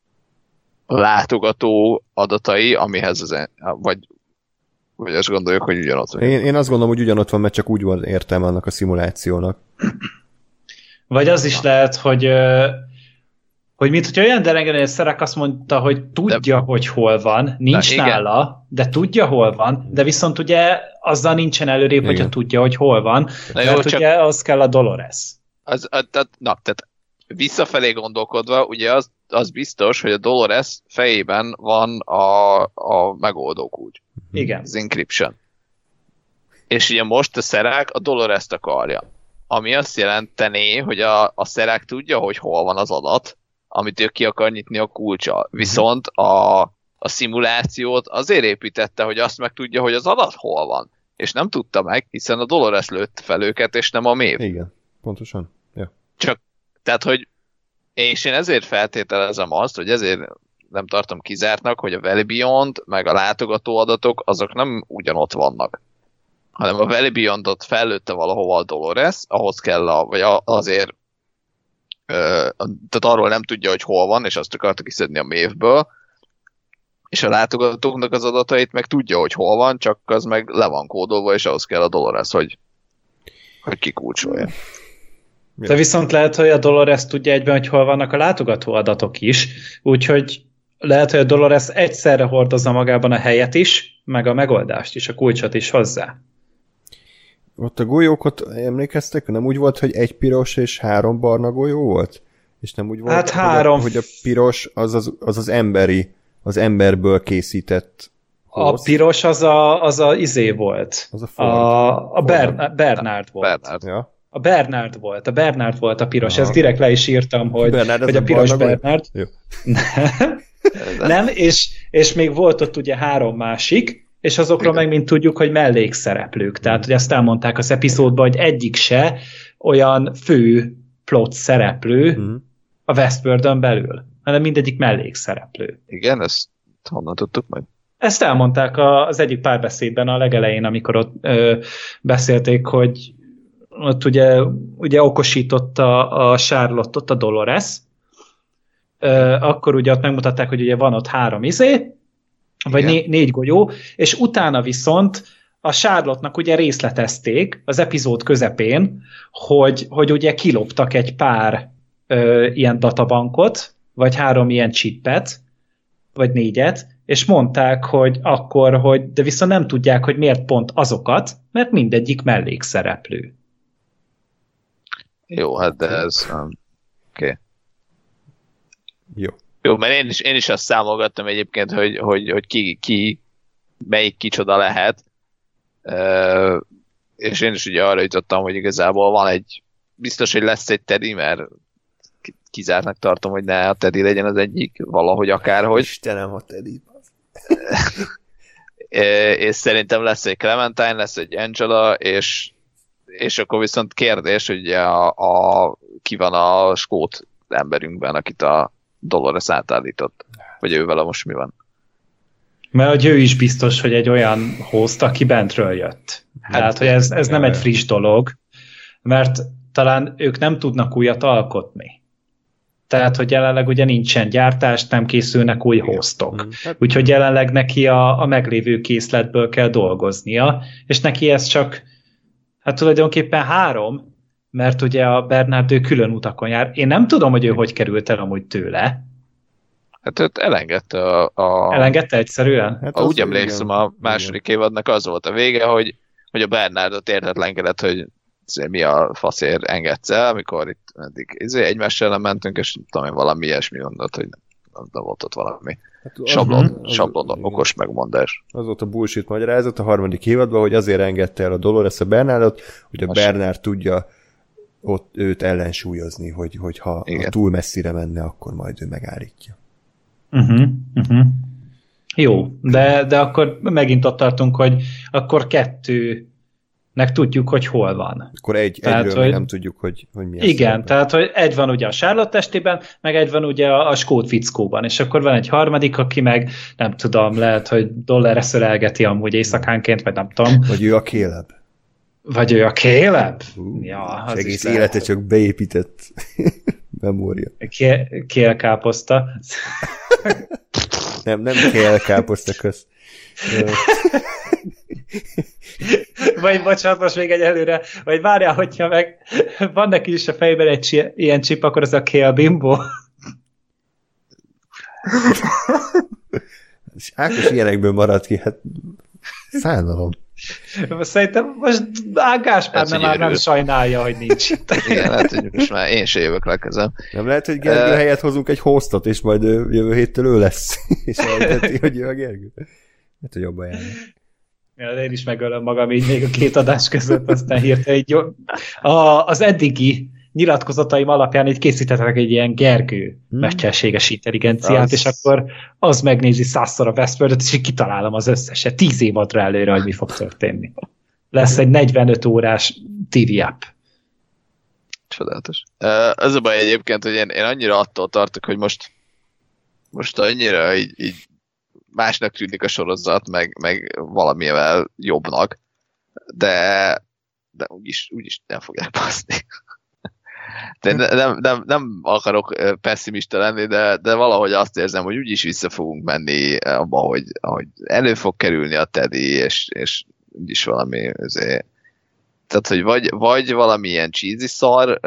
látogató adatai, amihez vagy azt gondoljuk, hogy ugyanott van. Én azt gondolom, hogy ugyanott van, mert csak úgy van értelme annak a szimulációnak. Vagy az is lehet, hogy hogy mint hogy olyan derengedő Szerek azt mondta, hogy tudja, hogy hol van, nincs nála, de tudja, hol van, de viszont ugye azzal nincsen előrébb, hogyha tudja, hogy hol van, mert ugye az kell a Dolores. Tehát visszafelé gondolkodva, ugye az biztos, hogy a Dolores fejében van a megoldó kulcs. Igen. Az encryption. És ugye most a Szerák a Dolores-t akarja. Ami azt jelenteni, hogy a Szerák tudja, hogy hol van az adat, amit ő ki akar nyitni a kulccsal. Viszont a szimulációt azért építette, hogy azt meg tudja, hogy az adat hol van. És nem tudta meg, hiszen a Dolores lőtt fel őket, és nem a Maeve. Igen, pontosan. Ja. Csak, tehát, hogy és én ezért feltételezem azt, hogy ezért nem tartom kizártnak, hogy a Valley Beyond, meg a látogató adatok, azok nem ugyanott vannak. Hanem a Valley Beyondot fellőtte valahova a Dolores, ahhoz kell vagy azért tehát arról nem tudja, hogy hol van, és azt akarta kiszedni a Maeve-ből, és a látogatóknak az adatait meg tudja, hogy hol van, csak az meg le van kódolva, és ahhoz kell a Dolores, hogy kikulcsolja. De viszont lehet, hogy a Dolores tudja egyben, hogy hol vannak a látogató adatok is, úgyhogy lehet, hogy a Dolores egyszerre hordozza magában a helyet is, meg a megoldást is, a kulcsot is hozzá. Ott a golyókat emlékeztek? Nem úgy volt, hogy egy piros és 3 barna golyó volt? És nem úgy volt, hát 3. Hogy a piros az emberi, az emberből készített hossz. A piros az a izé volt. Az a Bernard volt. Bernard. Ja. A Bernard volt a piros. Ezt direkt le is írtam, hogy a piros Bernard. Nem, és még volt ott ugye 3 másik, és azokról meg mind tudjuk, hogy mellékszereplők. Tehát, hogy ezt elmondták az epizódban, hogy egyik se olyan fő plot szereplő a Westworldön belül, hanem mindegyik mellékszereplő. Igen, ezt honnan tudtuk meg? Ezt elmondták az egyik párbeszédben a legelején, amikor ott beszélték, hogy ott ugye okosította a Charlotte-ot a Dolores, akkor ugye ott megmutatták, hogy ugye van ott 3 vagy 4 golyó, és utána viszont a Charlotte-nak ugye részletezték az epizód közepén, hogy ugye kiloptak egy pár ilyen databankot, vagy 3 ilyen chippet, vagy 4-et, és mondták, hogy akkor, de viszont nem tudják, hogy miért pont azokat, mert mindegyik mellékszereplő. Jó, hát de ez... Oké. Jó, mert én is azt számolgattam egyébként, hogy ki melyik kicsoda lehet, és én is ugye arra jutottam, hogy igazából van biztos, hogy lesz egy Teddy, mert kizártnak tartom, hogy ne a Teddy legyen az egyik, valahogy akárhogy. Istenem, a Teddy. És szerintem lesz egy Clementine, lesz egy Angela, és akkor viszont kérdés, hogy ki van a skót emberünkben, akit a Dolores átállított. Vagy ővele most mi van? Mert hogy ő is biztos, hogy egy olyan host, aki bentről jött. Tehát, hogy ez nem egy friss dolog, mert talán ők nem tudnak újat alkotni. Tehát, hogy jelenleg ugye nincsen gyártás, nem készülnek új hostok. Úgyhogy jelenleg neki a meglévő készletből kell dolgoznia, és neki ez csak hát tulajdonképpen 3, mert ugye a Bernard ő külön utakon jár. Én nem tudom, hogy ő hogy került el amúgy tőle. Hát őt elengedte Elengedte egyszerűen? Hát úgy emlékszem, a második évadnak az volt a vége, hogy a Bernardot értetlenkedett, hogy mi a faszért engedsz el, amikor itt eddig egymással ellen mentünk, és tudom én valami ilyesmi mondott, hogy nem volt ott valami sablon okos megmondás. Az volt a bullshit magyarázat a 3. évadban, hogy azért engedte el a Dolores a Bernardot, hogy a Bernard tudja ott őt ellensúlyozni, hogy ha túl messzire menne, akkor majd ő megállítja. Jó, de akkor megint ott tartunk, hogy akkor 2-nek tudjuk, hogy hol van. Akkor egyről nem tudjuk, hogy mi. Igen, tehát hogy egy van ugye a Charlotte testében, meg egy van ugye a skót fickóban, és akkor van egy harmadik, aki meg nem tudom, lehet, hogy Dolores ölelgeti amúgy éjszakánként, vagy nem tudom. Vagy ő a Caleb. Vagy ő a Caleb? Ja, az egész élete csak beépített memória. Kélkáposzta. Nem kélkáposzta, kösz. Vagy bocsánat, most még egy előre, vagy várjál, hogyha meg van neki is a fejben egy ilyen chip, akkor az a Kale Bimbo. És Ákos ilyenekből maradt ki, hát szánalom. Szerintem most Gáspár nem sajnálja, hogy nincs. Igen, lehet, hogy most már én se jövök legközelebb. Nem lehet, hogy Gergő helyett hozunk egy hostot, és majd jövő héttől ő lesz. És elteti, hogy ő a Gergő. Hát, hogy jobban járni. Ja, én is megölöm magam így még a két adás között, aztán hirtelen így az eddigi nyilatkozataim alapján így készítettek egy ilyen Gergő mesterséges intelligenciát, és akkor az megnézi 100-szor a Westworld-et, és kitalálom az összeset 10 évadra előre, hogy mi fog történni. Lesz egy 45 órás TV app. Csodálatos. Az a baj egyébként, hogy én annyira attól tartok, hogy most annyira így másnak tűnik a sorozat, meg valamivel jobbnak, de úgyis nem fogják baszni. Nem akarok pessimista lenni, de valahogy azt érzem, hogy úgyis vissza fogunk menni abba, hogy elő fog kerülni a Teddy, és úgyis valami azért. Tehát, hogy vagy valamilyen cheesy szar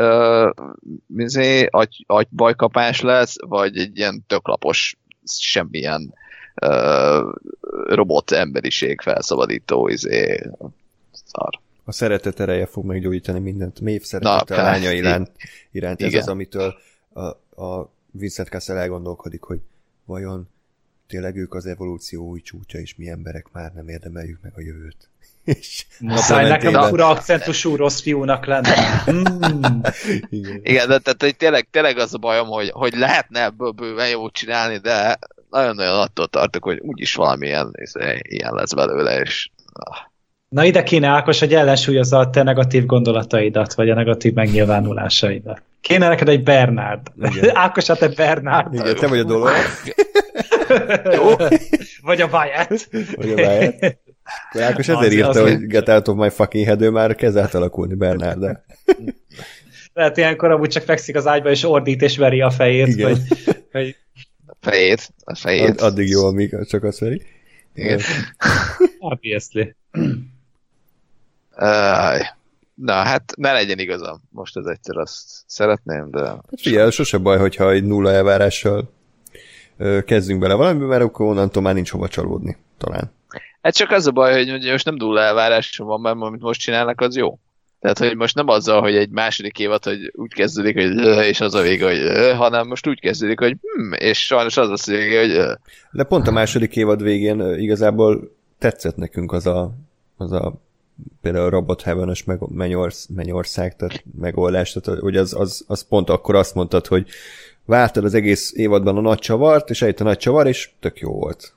agybajkapás lesz, vagy egy ilyen töklapos, semmilyen robot emberiség felszabadító szar. A szeretet ereje fog meggyógyítani mindent. Mély szeretet a lánya iránt. Ez az, amitől a Vincent Cassel elgondolkodik, hogy vajon tényleg ők az evolúció új csúcsa, és mi emberek már nem érdemeljük meg a jövőt. Muszáj nekem a fura akcentusú rossz fiúnak lenne. Igen, de tehát, tényleg az a bajom, hogy lehetne ebből bőven jót csinálni, de nagyon-nagyon attól tartok, hogy úgyis valamilyen ilyen lesz belőle, és... Na ide kéne, Ákos, hogy ellensúlyozza a te negatív gondolataidat, vagy a negatív megnyilvánulásaidat. Kéne neked egy Bernard. Ákos, hát egy Bernard. Igen, te vagy a dolog. Jó. Vagy a Wyatt. Ákos ezért írta, hogy get out of my fucking head, ő már kezd átalakulni Bernard-de. Lehet ilyenkor amúgy csak fekszik az ágyba, és ordít, és veri a fejét. Igen. Vagy... A fejét. Addig jó, amíg csak azt veri. Igen. Obviously. Na, hát ne legyen igazam. Most az egyszer azt szeretném, de... Hát figyelj, sose baj, hogyha egy nulla elvárással kezdünk bele valamiben, mert akkor onnantól már nincs hova csalódni, talán. Hát csak az a baj, hogy most nem nulla elvárásom van, mert amit most csinálnak, az jó. Tehát, hogy most nem azzal, hogy egy második évad, hogy úgy kezdődik, hogy és az a vége, hogy hanem most úgy kezdődik, hogy és sajnos az a vége, hogy De pont a második évad végén igazából tetszett nekünk az a például a Robot Heaven-ös mennyország, tehát megoldás, tehát hogy az pont akkor azt mondtad, hogy vártad az egész évadban a nagy csavart, és eljött a nagy csavar, és tök jó volt.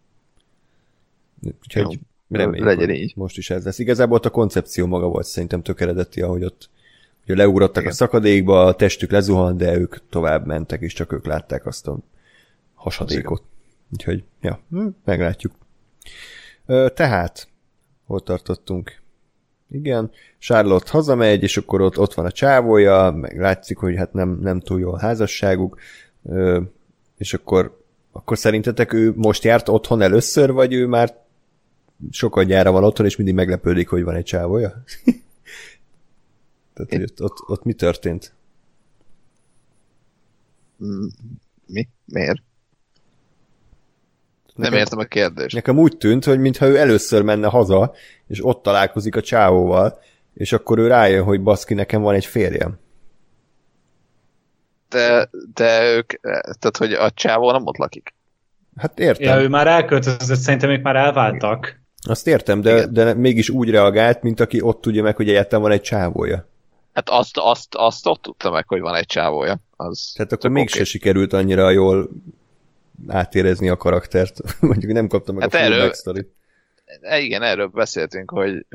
Úgyhogy reméljük, így. Most is ez lesz. Igazából ott a koncepció maga volt szerintem tök eredeti, ahogy ott ugye leugrottak a szakadékba, a testük lezuhant, de ők tovább mentek, és csak ők látták azt a hasadékot. Úgyhogy, ja, meglátjuk. Tehát, hol tartottunk? Igen, Charlotte hazamegy, és akkor ott van a csávója, meg látszik, hogy hát nem túl jó a házasságuk, és akkor szerintetek ő most járt otthon először, vagy ő már sokadjára van otthon, és mindig meglepődik, hogy van egy csávója? Tehát, hogy ott mi történt? Mi? Miért? Nem értem a kérdést. Nekem úgy tűnt, hogy mintha ő először menne haza, és ott találkozik a csávóval, és akkor ő rájön, hogy baszki, nekem van egy férjem. De ők, tehát hogy a csávó nem ott lakik. Hát értem. Ja, ő már elköltözött, szerintem ők már elváltak. Azt értem, de mégis úgy reagált, mint aki ott tudja meg, hogy egyáltalán van egy csávója. Hát azt ott tudta meg, hogy van egy csávója. Tehát akkor mégse sikerült annyira jól átérezni a karaktert. Mondjuk nem kaptam meg a full backstory-t. Igen, erről beszéltünk,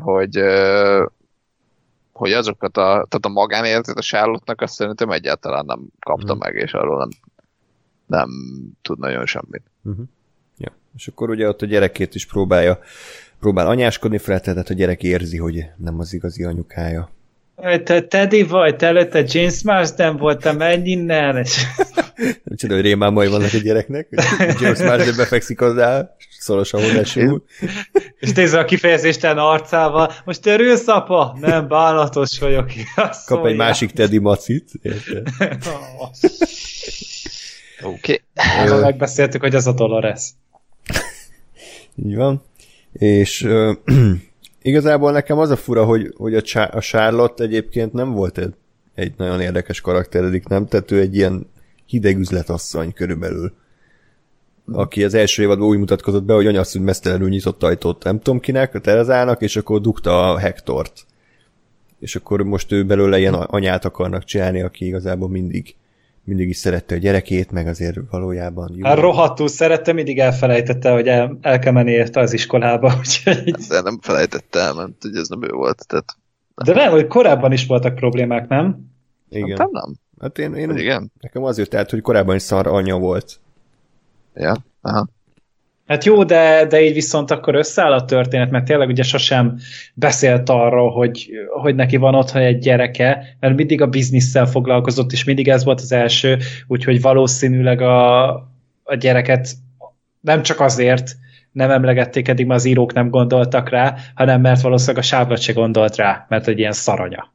hogy azokat tehát a magánéletet a Charlotte-nak azt szerintem egyáltalán nem kapta meg, és arról nem tud nagyon semmit. Ja. És akkor ugye ott a gyerekét is próbál anyáskodni fel, tehát a gyerek érzi, hogy nem az igazi anyukája. Te Teddy vagy, te előtte James Marsden voltam, menj innen! Csoda, hogy rémálmai vannak a gyereknek, James Marsden befekszik hozzá, szorosan hozzásúl. És nézve a kifejezéstelen arcával, most örülsz, apa? Nem, bánatos vagyok. Kap egy másik Teddy macit, érted? Okay. Megbeszéltük, hogy ez a Dolores. Így van. És igazából nekem az a fura, hogy a Charlotte egyébként nem volt egy nagyon érdekes karakter, eddig nem? Tehát ő egy ilyen hideg üzletasszony körülbelül, aki az első évadban úgy mutatkozott be, hogy anyasszony mesztelenül nyitott ajtót nem tudom kinek, a Terezának, és akkor dugta a Hektort. És akkor most ő belőle ilyen anyát akarnak csinálni, aki igazából mindig is szerette a gyerekét, meg azért valójában jó. Hát rohadtul szerette, mindig elfelejtette, hogy el kell menni érte az iskolába, úgyhogy... De nem felejtette el, mert hogy ez nem ő volt. Tehát... De nem, hogy korábban is voltak problémák, nem? Igen. Nem. Hát én igen. Nekem az jött át, hogy korábban is szar anyja volt. Ja, aha. Hát jó, de így viszont akkor összeáll a történet, mert tényleg ugye sosem beszélt arról, hogy neki van otthon egy gyereke, mert mindig a bizniszsel foglalkozott, és mindig ez volt az első, úgyhogy valószínűleg a gyereket nem csak azért nem emlegették eddig, mert az írók nem gondoltak rá, hanem mert valószínűleg a Charlotte se gondolt rá, mert egy ilyen szaranya.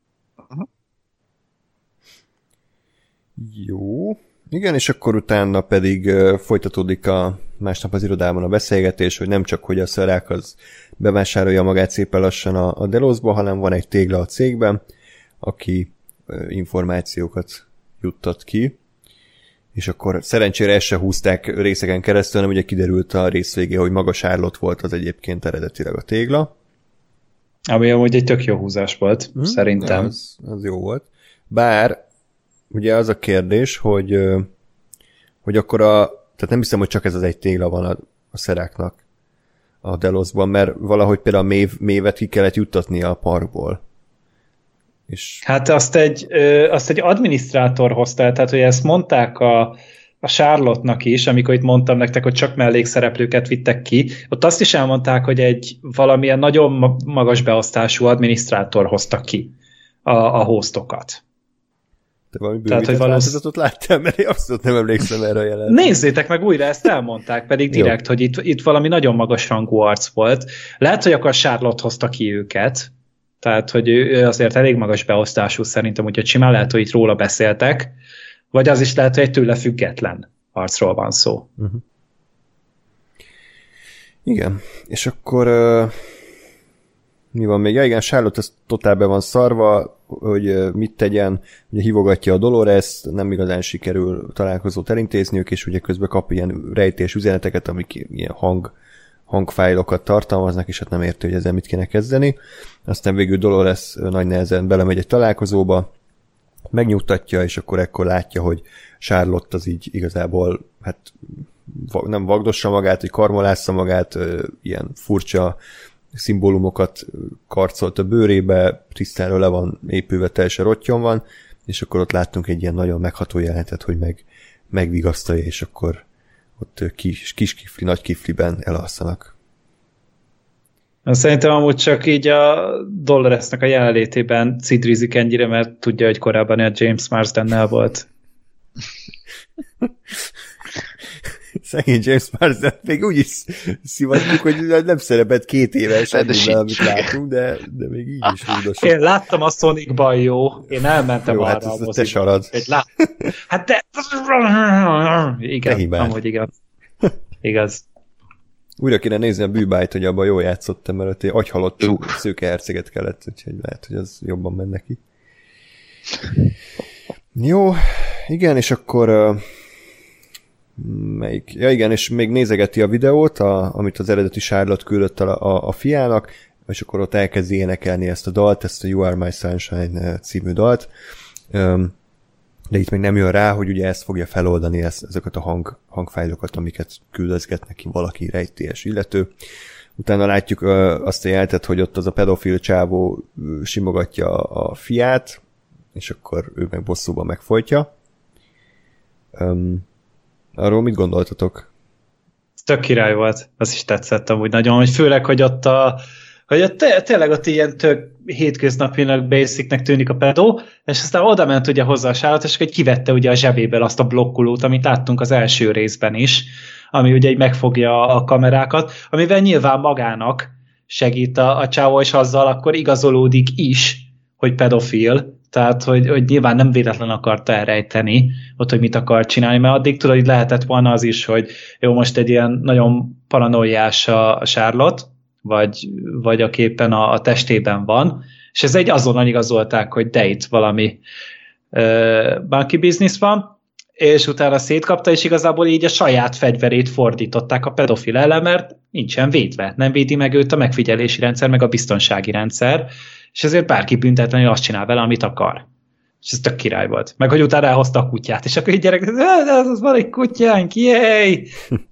Jó. Igen, és akkor utána pedig folytatódik a másnap az irodában a beszélgetés, hogy nem csak, hogy a Szarák az bevásárolja magát szépen lassan a Delosba, hanem van egy tégla a cégben, aki információkat juttat ki, és akkor szerencsére ezt se húzták részeken keresztül, hanem ugye kiderült a rész végén, hogy maga Charlotte volt az egyébként eredetileg a tégla. Ami amúgy egy tök jó húzás volt, szerintem. Az jó volt. Bár ugye az a kérdés, hogy akkor tehát nem hiszem, hogy csak ez az egy tégla van a Szeráknak a Delosban, mert valahogy például a mévet ki kellett juttatnia a parkból. És... Hát azt egy adminisztrátor hozta, tehát hogy ezt mondták a Charlotte-nak is, amikor itt mondtam nektek, hogy csak mellékszereplőket vittek ki, ott azt is elmondták, hogy egy valamilyen nagyon magas beosztású adminisztrátor hoztak ki a hostokat. Te valami bővített változatot láttál, mert én abszolút nem emlékszem erre a jelentre. Nézzétek meg újra, ezt elmondták, pedig direkt, hogy itt valami nagyon magas rangú arc volt. Lehet, hogy akkor Charlotte hozta ki őket, tehát, hogy ő azért elég magas beosztású szerintem, úgyhogy simán lehet, hogy itt róla beszéltek, vagy az is lehet, hogy egy tőle független arcról van szó. Uh-huh. Igen, és akkor mi van még? Ja, igen, Charlotte ez totál be van szarva, hogy mit tegyen, ugye hívogatja a Dolores, nem igazán sikerül találkozót elintézniük, és ugye közben kap ilyen rejtés üzeneteket, amik ilyen hangfájlokat tartalmaznak, és hát nem érti, hogy ezzel mit kéne kezdeni. Aztán végül Dolores nagy nehezen belemegy egy találkozóba, megnyugtatja, és akkor látja, hogy Charlotte az így igazából hát nem vagdossa magát, hogy karmolásza magát, ilyen furcsa szimbólumokat karcolt a bőrébe, tisztára le van épülve, teljesen rottyon van, és akkor ott láttunk egy ilyen nagyon megható jelenetet, hogy megvigasztalja, és akkor ott kis kifli, nagy kifliben elalszanak. Szerintem amúgy csak így a Doloresnek a jelenlétében cidrizik ennyire, mert tudja, hogy korábban a James Marsdennel volt. Szegény James Marsden, még úgy is szivatjuk, hogy nem szerepelt 2 éves semmivel, amit látunk, de még így is rúdos. Én láttam a Sonicban, jó. Én elmentem jó, arra hát a moziba. te sarad. Hát de... Igen, amúgy igaz. Igaz. Újra kéne nézni a bűbájt, hogy abban jól játszottam, mert ott agyhalott szőke herceget kellett, úgyhogy lehet, hogy az jobban menne neki. Jó, igen, és akkor melyik? Ja igen, és még nézegeti a videót, amit az eredeti Charlotte küldött a fiának, és akkor ott elkezdi énekelni ezt a dalt, ezt a You Are My Sunshine című dalt. De itt még nem jön rá, hogy ugye ezt fogja feloldani, ezeket a hangfájlokat, amiket küldözget neki valaki rejtélyes illető. Utána látjuk azt a jelentet, hogy ott az a pedofil csávó simogatja a fiát, és akkor ő meg bosszúban megfojtja. Arról mit gondoltatok? Tök király volt, az is tetszett amúgy nagyon, hogy főleg, hogy ott tényleg ott ilyen tök hétköznapinak, basicnek tűnik a pedó, és aztán oda ment ugye hozzá a Charlotte, és akkor kivette ugye a zsebéből azt a blokkolót, amit láttunk az első részben is, ami ugye így megfogja a kamerákat, amivel nyilván magának segít a csávó, és azzal akkor igazolódik is, hogy pedofil, Tehát, hogy nyilván nem véletlen akarta elrejteni ott, hogy mit akar csinálni, mert addig tudod, hogy lehetett volna az is, hogy jó, most egy ilyen nagyon paranoiás a Charlotte, vagy aki éppen a testében van, és ez egy azonnal igazolták, hogy de itt valami banki biznisz van, és utána szétkapta, és igazából így a saját fegyverét fordították a pedofil ellen, mert nincsen védve. Nem védi meg őt a megfigyelési rendszer, meg a biztonsági rendszer, és ezért bárki büntetlenül azt csinál vele, amit akar. És ez tök király volt. Meg hogy utána elhozta a kutyát, és akkor így gyerek, de az van egy kutyánk, jéj!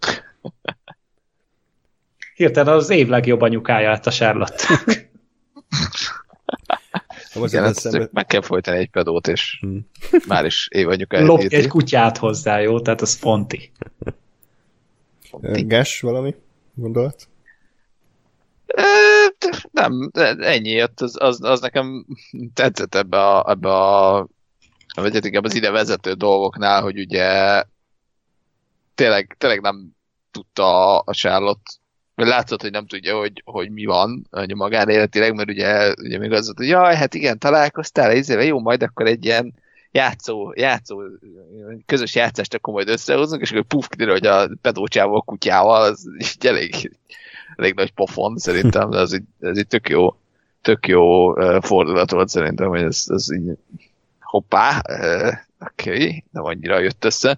Hirtelen az év legjobb anyukája lett a Charlotte. Igen, meg kell folytani egy pedót, és már is évanyukáját lopj egy kutyát hozzá, jó? Tehát az fonti. Ges, valami gondolat? Nem, ennyi jött, az nekem tetszett ebbe a vagy inkább az ide vezető dolgoknál, hogy ugye tényleg nem tudta a Charlotte, vagy látszott, hogy nem tudja, hogy mi van a magánéletileg, mert ugye még az volt, hogy jaj, hát igen, találkoztál, jó, majd akkor egy ilyen játszó közös játszást akkor majd összehozunk, és akkor puf, kiderül, hogy a pedócsával, a kutyával, az így elég nagy pofon szerintem, de ez így tök jó fordulat volt szerintem, hogy ez így hoppá, oké, nem annyira jött össze.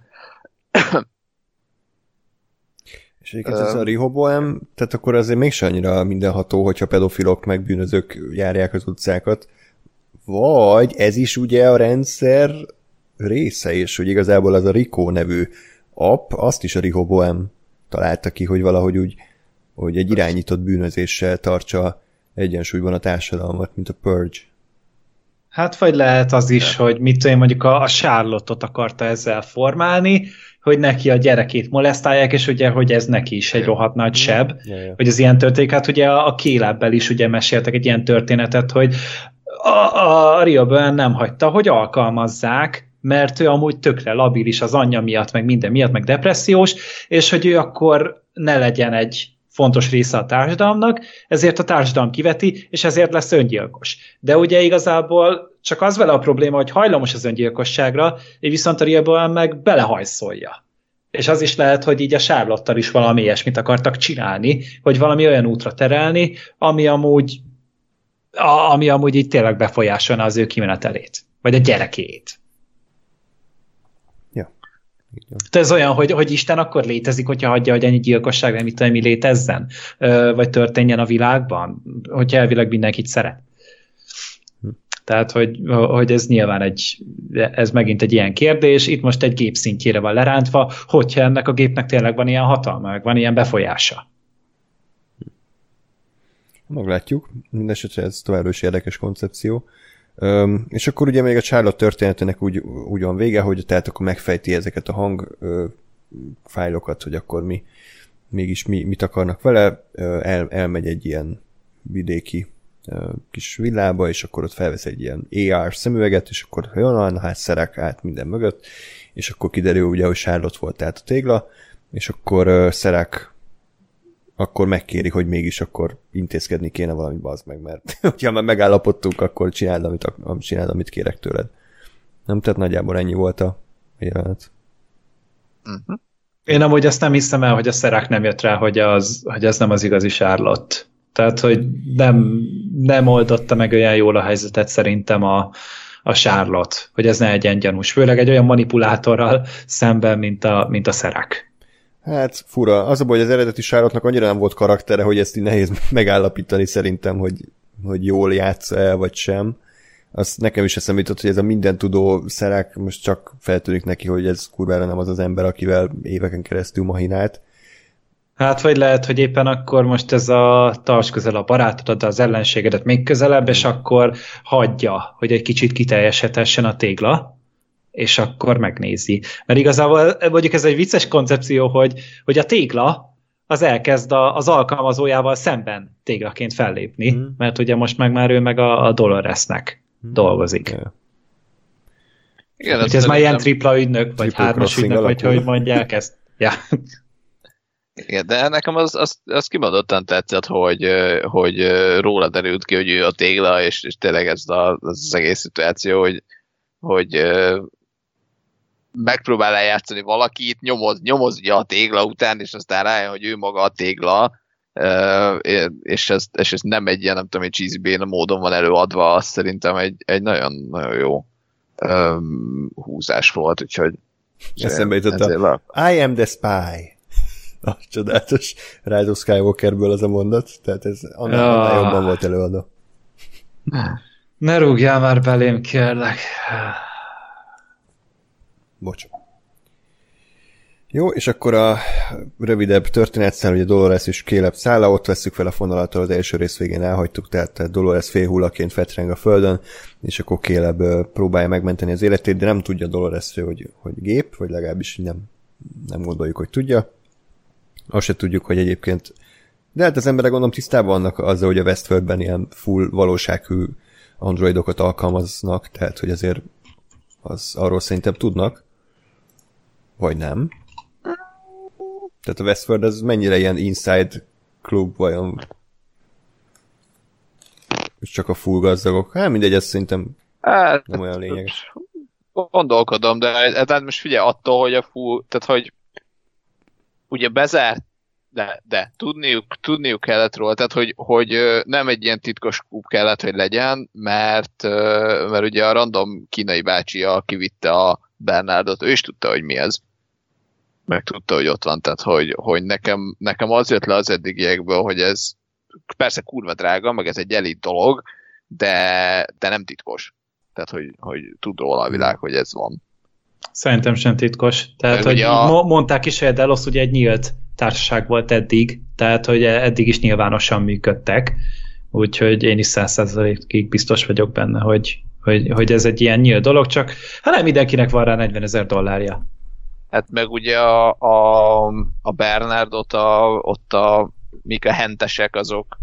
És egyébként ez a Rehoboam, tehát akkor azért mégsem annyira mindenható, hogyha pedofilok meg bűnözők járják az utcákat. Vagy ez is ugye a rendszer része, és hogy igazából az a Rico nevű app, azt is a Rehoboam találta ki, hogy valahogy úgy, hogy egy irányított bűnözéssel tartsa egyensúlyban a társadalmat, mint a Purge. Hát vagy lehet az is, hogy mit tudom, mondjuk a Charlotte-ot akarta ezzel formálni, hogy neki a gyerekét molesztálják, és ugye, hogy ez neki is egy rohadt nagy seb, hogy az ilyen történik. Hát ugye a Caleb-bel is ugye meséltek egy ilyen történetet, hogy a Rehoboam nem hagyta, hogy alkalmazzák, mert ő amúgy tökre labilis az anyja miatt, meg minden miatt, meg depressziós, és hogy ő akkor ne legyen egy fontos része a társadalomnak, ezért a társadalom kiveti, és ezért lesz öngyilkos. De ugye igazából csak az vele a probléma, hogy hajlamos az öngyilkosságra, és viszont a Rehoboam meg belehajszolja. És az is lehet, hogy így a Charlotte-tal is valami ilyesmit akartak csinálni, hogy valami olyan útra terelni, ami amúgy így tényleg befolyásolna az ő kimenetelét, vagy a gyerekét. De ez olyan, hogy Isten akkor létezik, hogyha hagyja, hogy ennyi gyilkosság nem itt, mi létezzen, vagy történjen a világban, hogyha elvileg mindenkit szeret. Tehát, hogy ez nyilván ez megint egy ilyen kérdés, itt most egy gép szintjére van lerántva, hogyha ennek a gépnek tényleg van ilyen hatalma, meg van ilyen befolyása. Meglátjuk. Mindenesetre ez továbbra is érdekes koncepció. És akkor ugye még a Charlotte történetének úgy van vége, hogy tehát akkor megfejti ezeket a hangfájlokat, hogy akkor mégis mit akarnak vele, elmegy egy ilyen vidéki kis villába, és akkor ott felvesz egy ilyen AR szemüveget, és akkor jön, hát szerek át minden mögött, és akkor kiderül ugye, hogy Charlotte volt tehát a tégla, és akkor szerek akkor megkéri, hogy mégis akkor intézkedni kéne valami, bazd meg, mert hogyha már megállapodtunk, akkor csináld, amit kérek tőled. Nem, tehát nagyjából ennyi volt a jelenet. Uh-huh. Én amúgy azt nem hiszem el, hogy a szerák nem jött rá, hogy az nem az igazi Charlotte. Tehát, hogy nem oldotta meg olyan jól a helyzetet szerintem a Charlotte, hogy ez ne egyen gyanús. Főleg egy olyan manipulátorral szemben, mint a szerák. Hát fura. Az a baj, hogy az eredeti Charlotte-nak annyira nem volt karaktere, hogy ezt így nehéz megállapítani szerintem, hogy jól játsz el, vagy sem. Azt nekem is eszembe jutott, hogy ez a mindentudó szerák most csak feltűnik neki, hogy ez kurvára nem az az ember, akivel éveken keresztül mahinált. Hát vagy lehet, hogy éppen akkor most ez a tarts közel a barátodat, az ellenségedet még közelebb, és akkor hagyja, hogy egy kicsit kiteljesedhessen a tégla, és akkor megnézi. Mert igazából mondjuk ez egy vicces koncepció, hogy a tégla az elkezd az alkalmazójával szemben téglaként fellépni, mert ugye most már ő meg a Doloresnek dolgozik. Igen, ez már ilyen tripla ügynök, vagy hármas ügynök, vagy hogy mondják ezt. Ja. Igen, de nekem az kimondottan tetszett, hogy róla derült ki, hogy ő a tégla, és tényleg ez az egész szituáció, hogy megpróbál eljátszani valakit, nyomoz ugye a tégla után, és aztán rájön, hogy ő maga a tégla, és ez nem egy ilyen, nem tudom, egy cheesy béna módon van előadva, az szerintem egy nagyon, nagyon jó húzás volt, úgyhogy eszembe jutott I am the spy. A csodálatos Rise of Skywalkerből az a mondat, tehát ez annál jobban volt előadva. Ne rúgjál már belém, kérlek. Bocs. Jó, és akkor a rövidebb történetszál, ugye Dolores és Caleb szálla, ott vesszük fel a fonalat, az első rész végén elhagytuk, tehát Dolores félhullaként fetreng a földön, és akkor Caleb próbálja megmenteni az életét, de nem tudja Dolores, hogy gép, vagy legalábbis nem gondoljuk, hogy tudja. Azt se tudjuk, hogy egyébként... De hát az emberek gondolom tisztában vannak azzal, hogy a Westworldben ilyen full valósághű androidokat alkalmaznak, tehát hogy azért arról szerintem tudnak. Vagy nem. Tehát a Westworld az mennyire ilyen inside klub, vajon? És csak a full gazdagok. Hát mindegy, ez szerintem nem olyan lényeges. Gondolkodom, de most figyelj, attól, hogy a full, tehát hogy ugye bezárt, de tudniuk kellett róla, tehát hogy nem egy ilyen titkos klub kellett, hogy legyen, mert ugye a random kínai bácsi, aki vitte a Bernardot, ő is tudta, hogy mi ez. Meg tudta, hogy ott van, tehát hogy nekem az jött le az eddigiekből, hogy ez persze kurva drága, meg ez egy elit dolog, de nem titkos. Tehát, hogy tud róla a világ, hogy ez van. Szerintem sem titkos. Tehát, hogy mondták is, hogy a Delos ugye egy nyílt társaság volt eddig, tehát, hogy eddig is nyilvánosan működtek, úgyhogy én is 100%-ig biztos vagyok benne, hogy ez egy ilyen nyílt dolog, csak hát nem mindenkinek van rá $40,000. Hát meg ugye a Bernard ott mik a hentesek, azok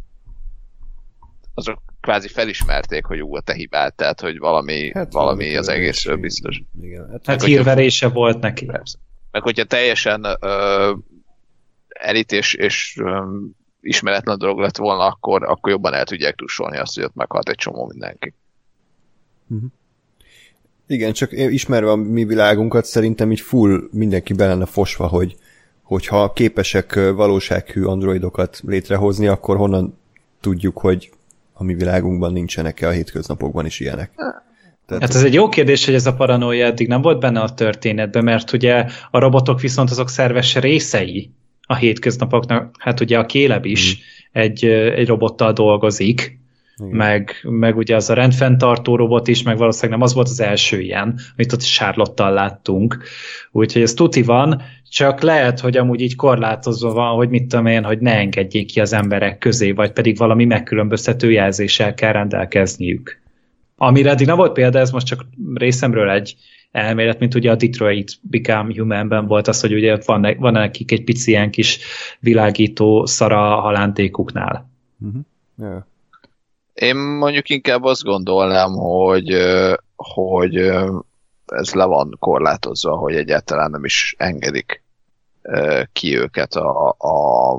kvázi felismerték, hogy a te hibád, tehát hogy valami az egészről biztos. Igen, hát hírverése volt neki. Persze. Meg hogyha teljesen elit és ismeretlen dolog lett volna, akkor jobban el tudják tussolni azt, hogy ott meghalt egy csomó mindenki. Uh-huh. Igen, csak ismerve a mi világunkat, szerintem így full mindenki be lenne fosva, hogyha képesek valósághű androidokat létrehozni, akkor honnan tudjuk, hogy a mi világunkban nincsenek-e a hétköznapokban is ilyenek. Tehát hát ez egy jó kérdés, hogy ez a paranoia eddig nem volt benne a történetben, mert ugye a robotok viszont azok szerves részei a hétköznapoknak, hát ugye a Caleb is egy robottal dolgozik, meg ugye az a rendfenntartó robot is, meg valószínűleg nem az volt az első ilyen, amit ott Charlotte-tal láttunk. Úgyhogy ez tuti van, csak lehet, hogy amúgy így korlátozva van, hogy mit tudom én, hogy ne engedjék ki az emberek közé, vagy pedig valami megkülönböztető jelzéssel kell rendelkezniük. Amire eddig nem volt példa, ez most csak részemről egy elmélet, mint ugye a Detroit Become Human-ben volt az, hogy ugye van nekik egy pici ilyen kis világító szara halántékuknál. Yeah. Én mondjuk inkább azt gondolnám, hogy ez le van korlátozva, hogy egyáltalán nem is engedik ki őket a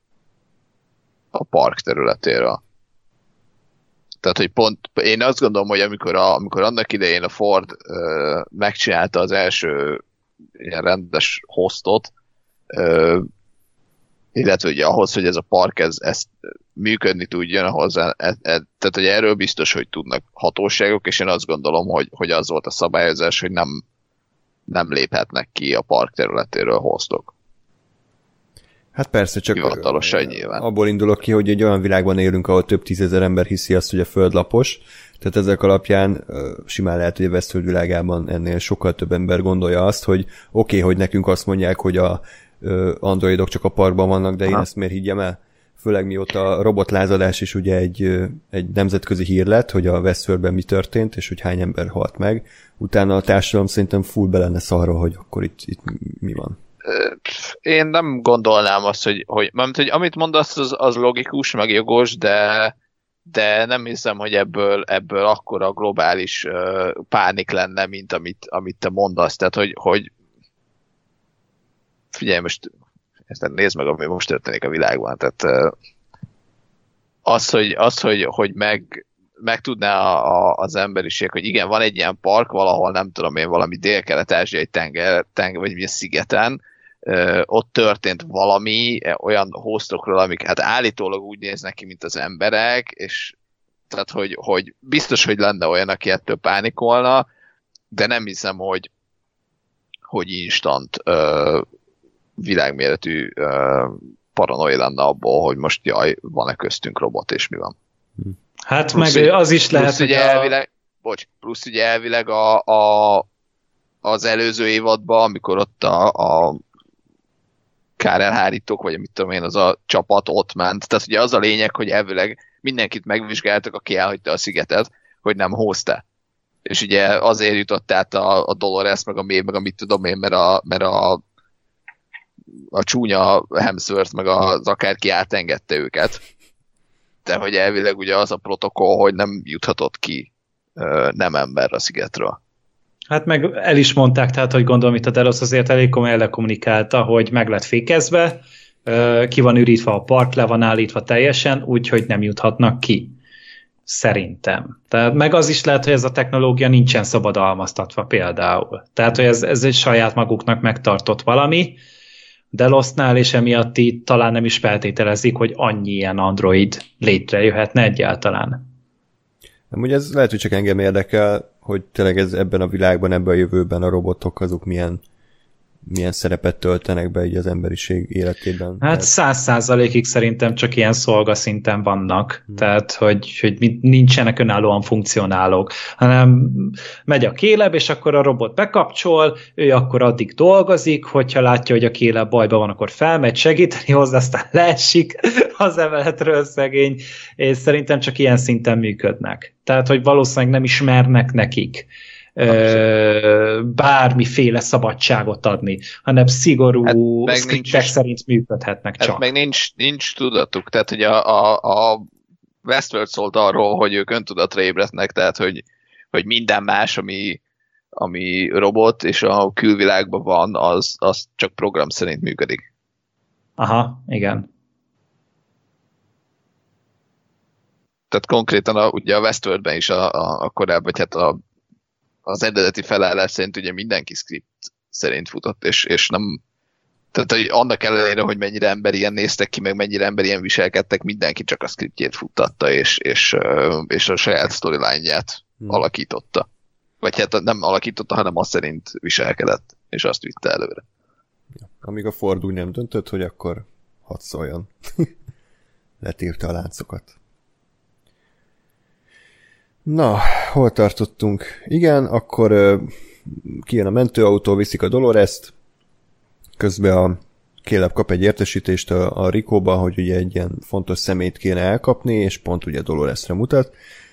park területéről. Tehát, hogy pont én azt gondolom, hogy amikor annak idején a Ford megcsinálta az első ilyen rendes hostot, illetve ugye ahhoz, hogy ez a park ez működni tudjon, tehát hogy erről biztos, hogy tudnak hatóságok, és én azt gondolom, hogy az volt a szabályozás, hogy nem léphetnek ki a park területéről hostok. Hát persze, csak nyilván. Abból indulok ki, hogy egy olyan világban élünk, ahol több tízezer ember hiszi azt, hogy a Föld lapos, tehát ezek alapján simán lehet, hogy a Westworld világában ennél sokkal több ember gondolja azt, hogy oké, hogy nekünk azt mondják, hogy a androidok csak a parkban vannak, de én ezt miért higgyem el? Főleg mióta a robotlázadás is ugye egy nemzetközi hír lett, hogy a Westworldben mi történt, és hogy hány ember halt meg. Utána a társadalom szerintem full be lenne szarra, hogy akkor itt mi van. Én nem gondolnám azt, hogy amit mondasz, az logikus, meg jogos, de nem hiszem, hogy ebből akkora globális pánik lenne, mint amit te mondasz. Tehát, hogy figyelj, most Ezt nézd meg, ami most történik a világban. Tehát hogy meg tudná az emberiség, hogy igen, van egy ilyen park valahol, nem tudom én, valami dél-kelet-ázsiai tenger vagy milyen szigeten, ott történt valami olyan hostokról, amik hát állítólag úgy néznek ki, mint az emberek, és tehát, hogy biztos, hogy lenne olyan, aki ettől pánikolna, de nem hiszem, hogy instant világméretű paranoia lenne abból, hogy most jaj, van-e köztünk robot, és mi van. Hát plusz, meg az is lehet, hogy plusz ugye elvileg az előző évadban, amikor ott a kárelhárítók, vagy mit tudom én, az a csapat ott ment. Tehát ugye az a lényeg, hogy elvileg mindenkit megvizsgáltak, aki elhagyta a szigetet, hogy nem hozta. És ugye azért jutott át a Dolores, meg a Maeve, meg a mit tudom én, mert a csúnya Hemsworth, meg az akárki átengedte őket. De hogy elvileg ugye az a protokoll, hogy nem juthatott ki nem ember a szigetről. Hát meg el is mondták, tehát, hogy gondolom itt a Delos azért elég komolyan lekommunikálta, hogy meg lett fékezve, ki van ürítve a park, le van állítva teljesen, úgyhogy nem juthatnak ki. Szerintem. Tehát meg az is lehet, hogy ez a technológia nincsen szabadalmaztatva például. Tehát, hogy ez egy saját maguknak megtartott valami, Delosnál, és emiatt itt talán nem is feltételezik, hogy annyi ilyen android létrejöhetne egyáltalán. Ugye ez lehet, hogy csak engem érdekel, hogy tényleg ez ebben a világban, ebben a jövőben a robotok azok milyen szerepet töltenek be így az emberiség életében. Hát 100%-ig szerintem csak ilyen szolgaszinten vannak. Tehát, hogy nincsenek önállóan funkcionálók, hanem megy a Caleb, és akkor a robot bekapcsol, ő akkor addig dolgozik, hogyha látja, hogy a Caleb bajban van, akkor felmegy segíteni hozzá, aztán leesik az emeletről szegény, és szerintem csak ilyen szinten működnek. Tehát, hogy valószínűleg nem ismernek nekik bármiféle szabadságot adni, hanem szigorú szkriptek szerint működhetnek csak. Meg nincs tudatuk, tehát hogy a Westworld szólt arról, hogy ők öntudatra ébrednek, tehát hogy minden más, ami robot és a külvilágban van, az csak program szerint működik. Aha, igen. Tehát konkrétan ugye a Westworldben is a korábban, vagy hát az eredeti felállás szerint ugye mindenki script szerint futott, és nem... Tehát hogy annak ellenére, hogy mennyire emberien néztek ki, meg mennyire emberien viselkedtek, mindenki csak a scriptjét futtatta, és a saját storyline-ját alakította. Vagy hát nem alakította, hanem azt szerint viselkedett, és azt vitte előre. Amíg a Ford úgy nem döntött, hogy akkor hadd szóljon. Letírta a láncokat. Na, hol tartottunk? Igen, akkor kijön a mentőautó, viszik a Dolorest, közben a Caleb kap egy értesítést a Rikóba, hogy ugye egy ilyen fontos szemét kéne elkapni, és pont ugye Doloresre mutat,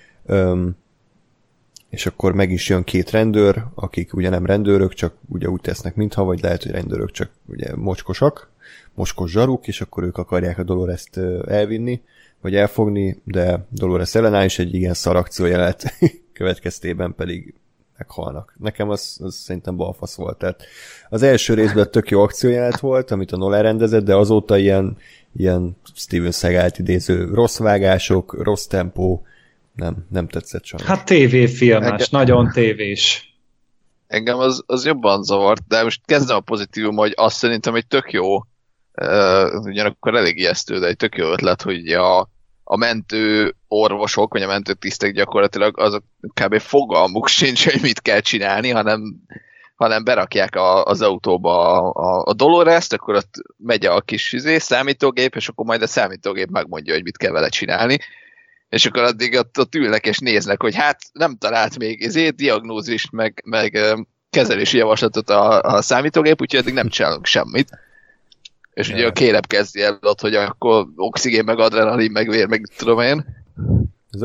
és akkor meg is jön két rendőr, akik ugye nem rendőrök, csak ugye úgy tesznek mintha, vagy lehet, hogy rendőrök csak ugye mocskos zsaruk, és akkor ők akarják a Dolorest elvinni, vagy elfogni, de Dolores ellenáll, és egy igen szar akciójelet következtében pedig meghalnak. Nekem az szerintem balfasz volt. Tehát az első részben tök jó akciójelet volt, amit a Nolan rendezett, de azóta ilyen Steven Seagalt idéző rossz vágások, rossz tempó, nem tetszett sajnos. Hát tévéfilmes, nagyon tévés. Engem az jobban zavart, de most kezdem a pozitívum, hogy azt szerintem egy tök jó, ugyanakkor elég ijesztő, de egy tök jó ötlet, hogy a mentő orvosok, vagy a mentő tisztek gyakorlatilag azok kb. Fogalmuk sincs, hogy mit kell csinálni, hanem berakják az autóba a Dolorest, akkor ott megy a kis számítógép, és akkor majd a számítógép megmondja, hogy mit kell vele csinálni, és akkor addig ott ülnek és néznek, hogy hát nem talált még diagnózist, meg kezelési javaslatot a számítógép, úgyhogy addig nem csinálunk semmit. És ugye a Caleb kezdi el ott, hogy akkor oxigén, meg adrenalin, meg vér, meg tudom én. Ez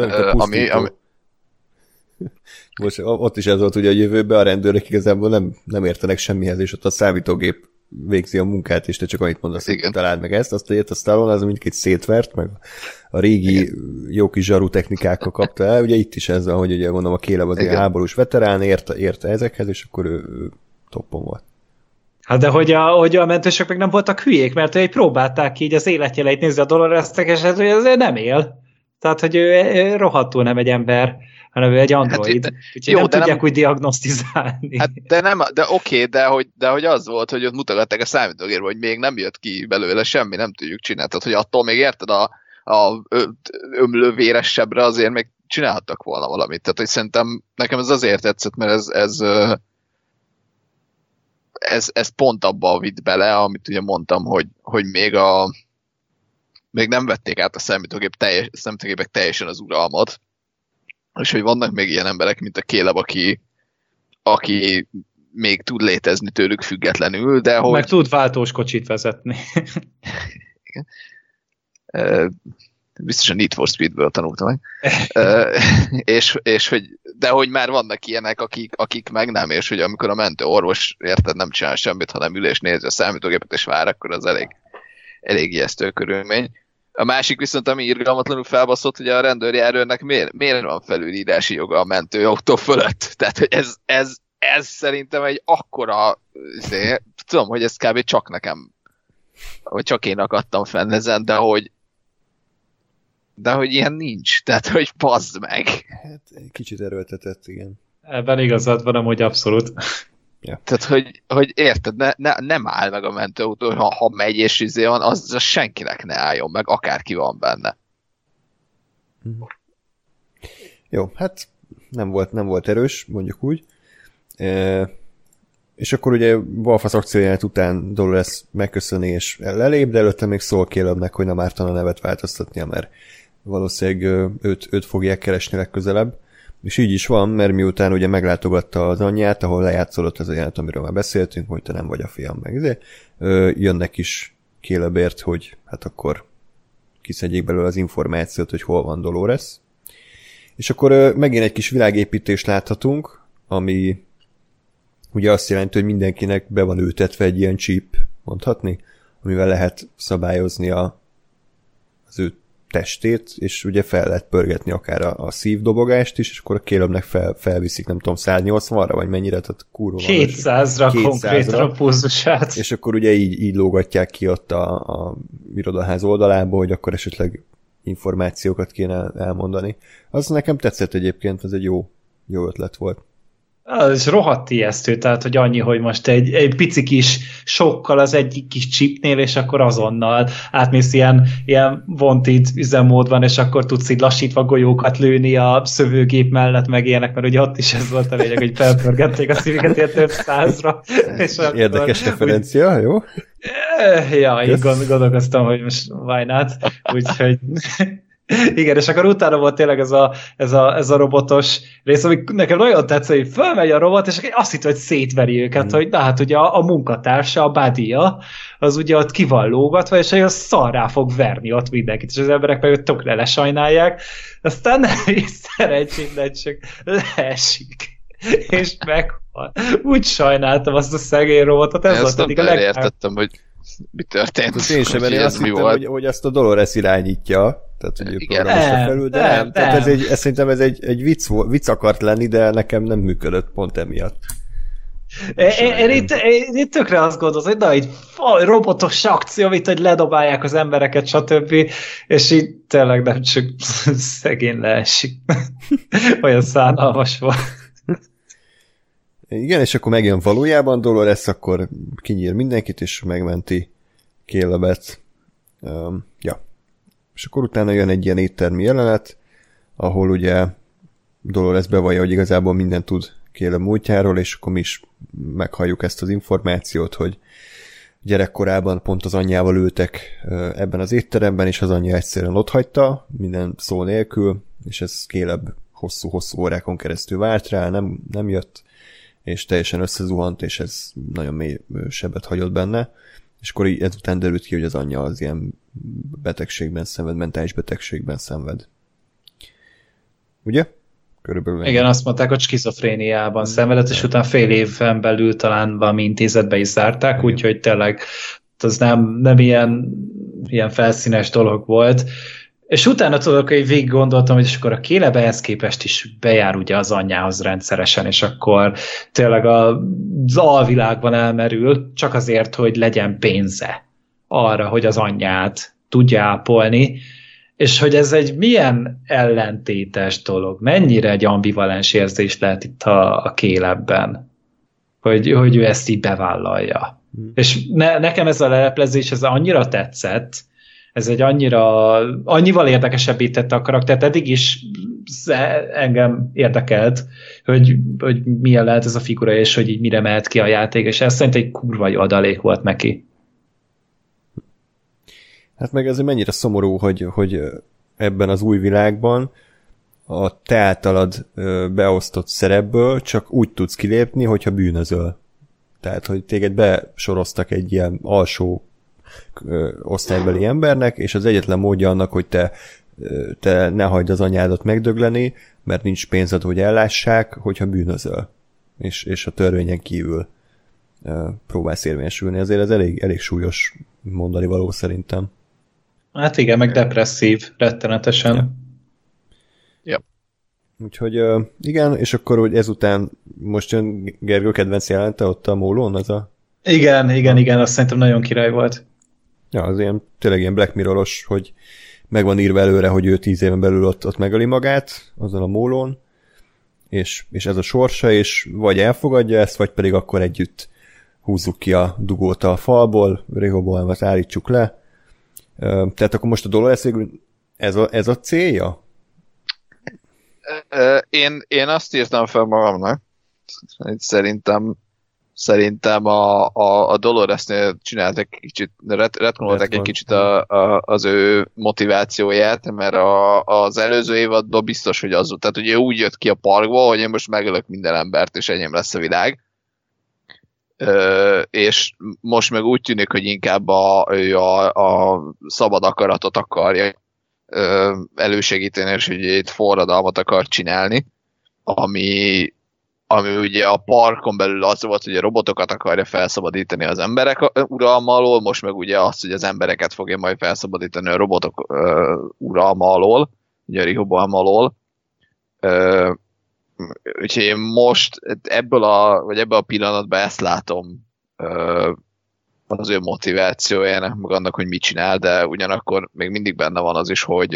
most ott is ez volt ugye a jövőben, a rendőrök igazából nem értenek semmihez, és ott a számítógép végzi a munkát, és te csak annyit mondasz, hogy találd meg ezt, azt ért a Stallone, az mindkét szétvert, meg a régi jó kis zsaru technikákkal kapta el. Ugye itt is ez van, hogy ugye mondom, a Caleb az ilyen háborús veterán, érte ezekhez, és akkor ő toppon volt. Hát de hogy a mentősök meg nem voltak hülyék, mert ők próbálták ki így az életjeleit nézni a Doloresnek, és hát ő azért nem él. Tehát, hogy ő rohadtul nem egy ember, hanem ő egy android. Hát, úgyhogy jó, nem tudják úgy diagnosztizálni. Hát de oké, de hogy az volt, hogy ott mutogatták a számítógérbe, hogy még nem jött ki belőle semmi, nem tudjuk csinálni. Tehát, hogy attól még érted a ömlő véres sebre azért még csinálhattak volna valamit. Tehát, hogy szerintem nekem ez azért tetszett, mert ez pont abba vitt bele, amit ugye mondtam, hogy még nem vették át a számítógépek teljesen az uralmat, és hogy vannak még ilyen emberek, mint a Caleb, aki még tud létezni tőlük függetlenül, de hogy... Meg tud váltós kocsit vezetni. Igen. Biztosan Need for Speedből tanulta meg. De hogy már vannak ilyenek, akik meg nem, és hogy amikor a mentő orvos, érted, nem csinál semmit, hanem ül és nézi a számítógépet és vár, akkor az elég ijesztő körülmény. A másik viszont, ami irgalmatlanul felbaszott, hogy a rendőrjárőrnek miért van felülírási joga a mentőautó fölött. Tehát, hogy ez szerintem egy akkora, tudom, hogy ez kb. Csak nekem, vagy csak én akadtam fenn ezen, de hogy ilyen nincs. Tehát, hogy pazd meg. Hát kicsit erőltetett, igen. Ebben igazad van, amúgy abszolút. Ja. Tehát, hogy érted, nem áll meg a mentőautó, ha megy és van, az senkinek ne álljon meg, akárki van benne. Jó, hát nem volt erős, mondjuk úgy. És akkor ugye Balfasz akcióját után Dolores megköszöni és lelép, de előtte még szól Calebnek, hogy nem ártana a nevet változtatnia, mert valószínűleg őt fogják keresni legközelebb. És így is van, mert miután ugye meglátogatta az anyját, ahol lejátszódott az a jelenet, amiről már beszéltünk, hogy te nem vagy a fiam meg. Jönnek is Calebért, hogy hát akkor kiszedjék belőle az információt, hogy hol van Dolores. És akkor megint egy kis világépítést láthatunk, ami ugye azt jelenti, hogy mindenkinek be van ültetve egy ilyen chip, mondhatni, amivel lehet szabályozni az ő testét, és ugye fel lehet pörgetni akár a szívdobogást is, és akkor a Calebnek felviszik, nem tudom, 180-ra, vagy mennyire, tehát kurva 200-ra konkrétan a pulzusát. És akkor ugye így lógatják ki ott a irodaház oldalába, hogy akkor esetleg információkat kéne elmondani. Az nekem tetszett egyébként, ez egy jó ötlet volt. Ez rohadt ijesztő, tehát, hogy annyi, hogy most egy pici kis sokkal az egyik kis chipnél, és akkor azonnal átmész ilyen wanted üzemmódban, és akkor tudsz így lassítva golyókat lőni a szövőgép mellett, meg ilyenek, mert ugye ott is ez volt a lényeg, hogy felpörgették a szívüket ilyen több 100-ra. Érdekes referencia, jó? Ja, így gondolkoztam, hogy most why not? Úgyhogy... Igen, és akkor utána volt tényleg ez a robotos rész, ami nekem nagyon tetszett, hogy fölmegy a robot, és azt hitt, hogy szétveri őket, hogy na hát ugye a munkatársa, a buddy-ja, az ugye ott ki van lógatva, és hogy az szarrá fog verni ott mindenkit, és az emberek meg tökre lesajnálják, aztán nem is szerencsétlen, csak leesik, és meghal. Úgy sajnáltam azt a szegény robotot, ez volt eddig a értettem, hogy mi történt. Én sem azt hittem, hogy azt a Dolores irányítja, tehát hogy programozta felül, de nem. Tehát ez szerintem ez egy vicc akart lenni, de nekem nem működött pont emiatt. Én tökre azt gondolom, hogy na, így robotos akció, amit hogy ledobálják az embereket, stb. És így tényleg nem csak szegény leesik. Olyan szánalmas volt. Igen, és akkor megjön valójában Dolores, akkor kinyír mindenkit, és megmenti Calebet. Ja. És akkor utána jön egy ilyen éttermi jelenet, ahol ugye Dolores bevallja, hogy igazából mindent tud Caleb múltjáról, és akkor mi is meghalljuk ezt az információt, hogy gyerekkorában pont az anyjával ültek ebben az étteremben, és az anyja egyszerűen otthagyta, minden szó nélkül, és ez Caleb hosszú-hosszú órákon keresztül várt rá, nem jött, és teljesen összezuhant, és ez nagyon mély sebet hagyott benne, és akkor így ezután derült ki, hogy az anyja az ilyen betegségben szenved, mentális betegségben szenved. Ugye? Körülbelül. Igen, azt mondták, hogy skizofréniában szenvedett, és utána fél éven belül talán valami intézetbe is zárták, úgyhogy tényleg az nem ilyen felszínes dolog volt. És utána tudok, hogy végig gondoltam, hogy és akkor a Caleb ehhez képest is bejár ugye az anyjához rendszeresen, és akkor tényleg az alvilágban elmerül, csak azért, hogy legyen pénze arra, hogy az anyját tudja ápolni, és hogy ez egy milyen ellentétes dolog, mennyire egy ambivalens érzés lehet itt a Calebben, hogy ő ezt így bevállalja. És nekem ez a leleplezés, ez annyira tetszett, ez egy annyival érdekesebbé tette a karaktert, eddig is engem érdekelt, hogy milyen lehet ez a figura, és hogy így mire mehet ki a játék, és ez szerint egy kurva jó adalék volt neki. Hát meg ez mennyire szomorú, hogy ebben az új világban a te általad beosztott szerepből csak úgy tudsz kilépni, hogyha bűnözöl. Tehát, hogy téged besoroztak egy ilyen alsó osztálybeli embernek, és az egyetlen módja annak, hogy te ne hagyd az anyádat megdögleni, mert nincs pénzed, hogy ellássák, hogyha bűnözöl. És a törvényen kívül próbálsz érvényesülni. Azért ez elég súlyos mondani való szerintem. Hát igen, meg depresszív, rettenetesen. Ja. Úgyhogy igen, és akkor hogy ezután most jön Gergő kedvenc jelente ott a mólón, az a... Igen, azt szerintem nagyon király volt. Ja, az ilyen, tényleg ilyen Black Mirror-os, hogy meg van írva előre, hogy ő 10 éven belül ott megöli magát, azon a mólón, és ez a sorsa, és vagy elfogadja ezt, vagy pedig akkor együtt húzzuk ki a dugót a falból, Rehoboamat állítsuk le. Tehát akkor most a Dolores ez a célja? Én azt írtam fel magamnak, hogy szerintem a Doloresnél csináltak kicsit, retkonolták egy kicsit az ő motivációját, mert az előző évadban biztos, hogy az volt. Tehát ugye úgy jött ki a parkból, hogy én most megölök minden embert, és enyém lesz a világ. És most meg úgy tűnik, hogy inkább ő a szabad akaratot akarja elősegíteni, és hogy egy forradalmat akar csinálni, ami ugye a parkon belül az volt, hogy a robotokat akarja felszabadítani az emberek uralma alól, most meg ugye azt, hogy az embereket fogja majd felszabadítani a robotok uralma alól, ugye a Rehoboam alól. Úgyhogy én most ebből a pillanatban ezt látom az ő motivációjának, meg annak, hogy mit csinál, de ugyanakkor még mindig benne van az is, hogy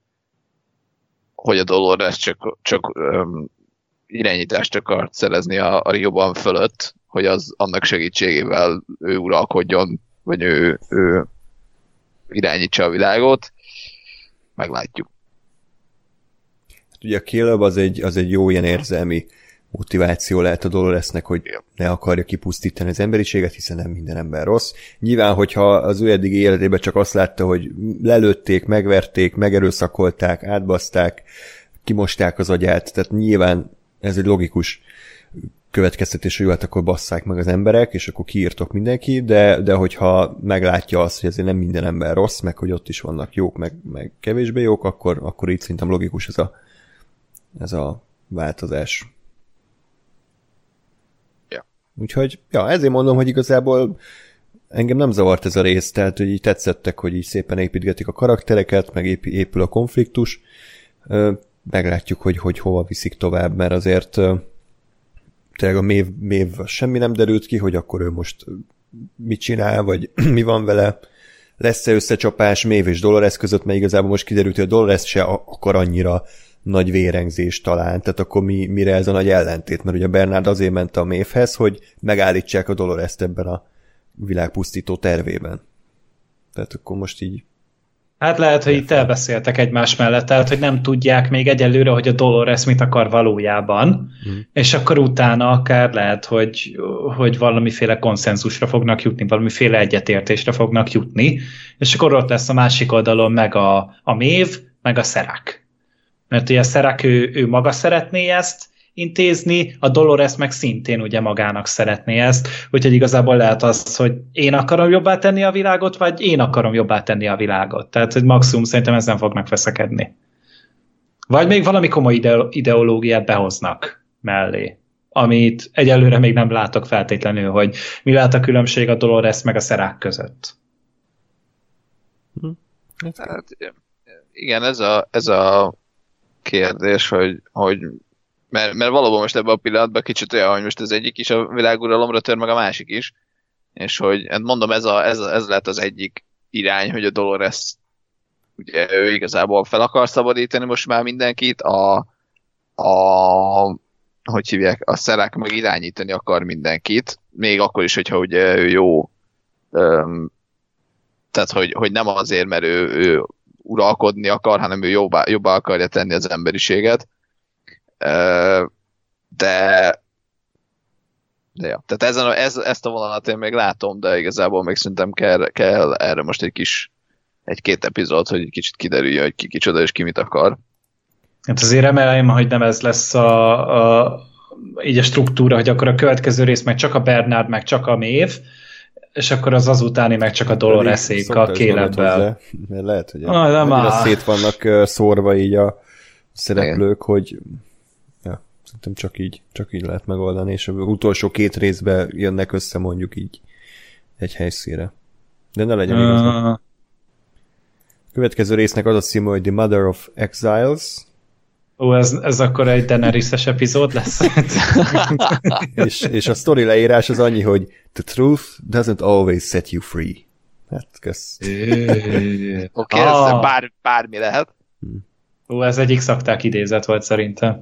a Dolores csak irányítást akart szerezni a Rehoboam fölött, hogy az annak segítségével ő uralkodjon, vagy ő irányítsa a világot. Meglátjuk. Hát ugye a Caleb az egy jó ilyen érzelmi motiváció lehet a Doloresnek, hogy ne akarja kipusztítani az emberiséget, hiszen nem minden ember rossz. Nyilván, hogyha az ő eddigi életében csak azt látta, hogy lelőtték, megverték, megerőszakolták, átbaszták, kimosták az agyát, tehát nyilván ez egy logikus következtetés, hogy hát akkor basszák meg az emberek, és akkor kiírtok mindenki, de hogyha meglátja azt, hogy ezért nem minden ember rossz, meg hogy ott is vannak jók, meg kevésbé jók, akkor így szerintem logikus ez a változás. Ja. Úgyhogy, ezért mondom, hogy igazából engem nem zavart ez a rész, tehát hogy így tetszettek, hogy így szépen építgetik a karaktereket, meg épül a konfliktus. Meglátjuk, hogy hova viszik tovább, mert azért tényleg a Maeve semmi nem derült ki, hogy akkor ő most mit csinál, vagy mi van vele. Lesz-e összecsapás Maeve és Dolores között, mert igazából most kiderült, hogy a Dolores se akar annyira nagy vérengzést talán, tehát akkor mire ez a nagy ellentét, mert ugye Bernard azért ment a Maevehez, hogy megállítsák a Dolores-t ebben a világpusztító tervében. Tehát akkor most így... Hát lehet, hogy itt elbeszéltek egymás mellett, tehát hogy nem tudják még egyelőre, hogy a Dolores mit akar valójában, és akkor utána akár lehet, hogy valamiféle konszenzusra fognak jutni, valamiféle egyetértésre fognak jutni, és akkor ott lesz a másik oldalon meg a Maeve, meg a Serac. Mert ugye a Serac ő maga szeretné ezt intézni, a Dolores meg szintén ugye magának szeretné ezt, úgyhogy igazából lehet az, hogy én akarom jobbá tenni a világot, vagy én akarom jobbá tenni a világot. Tehát, hogy maximum szerintem ezen fognak veszekedni. Vagy még valami komoly ideológiát behoznak mellé, amit egyelőre még nem látok feltétlenül, hogy mi lehet a különbség a Dolores meg a Serac között. Hát, Igen, ez a kérdés, hogy mert valóban most ebben a pillanatban kicsit olyan, hogy most az egyik is a világuralomra tör, meg a másik is, és hogy hát mondom, ez lett az egyik irány, hogy a Dolores ugye ő igazából fel akar szabadítani most már mindenkit, hogy hívják, a Szerák meg irányítani akar mindenkit, még akkor is, hogyha ugye ő jó, tehát hogy nem azért, mert ő uralkodni akar, hanem ő jobbá akarja tenni az emberiséget. De ja, tehát ezt a vonalat én még látom, de igazából még szerintem kell erre most egy-két epizód, hogy egy kicsit kiderüljön, hogy ki kicsoda és ki mit akar. Hát azért remélem, hogy nem ez lesz így a struktúra, hogy akkor a következő rész meg csak a Bernard, meg csak a Maeve, és akkor az utáni meg csak a Doloresék a Caleb-vel. Mert lehet, hogy annyira szét vannak szórva így a szereplők, hogy ja, szerintem csak így lehet megoldani, és az utolsó 2 részben jönnek össze mondjuk így egy helyszínre. De ne legyen igaz. Következő résznek az a címe, hogy The Mother of Exiles. Ó, ez akkor egy Daenerys-es epizód lesz. és a sztori leírás az annyi, hogy the truth doesn't always set you free. Hát, kösz. Oké, ez bármi lehet. Ó, ez egy X-akták idézet volt szerintem.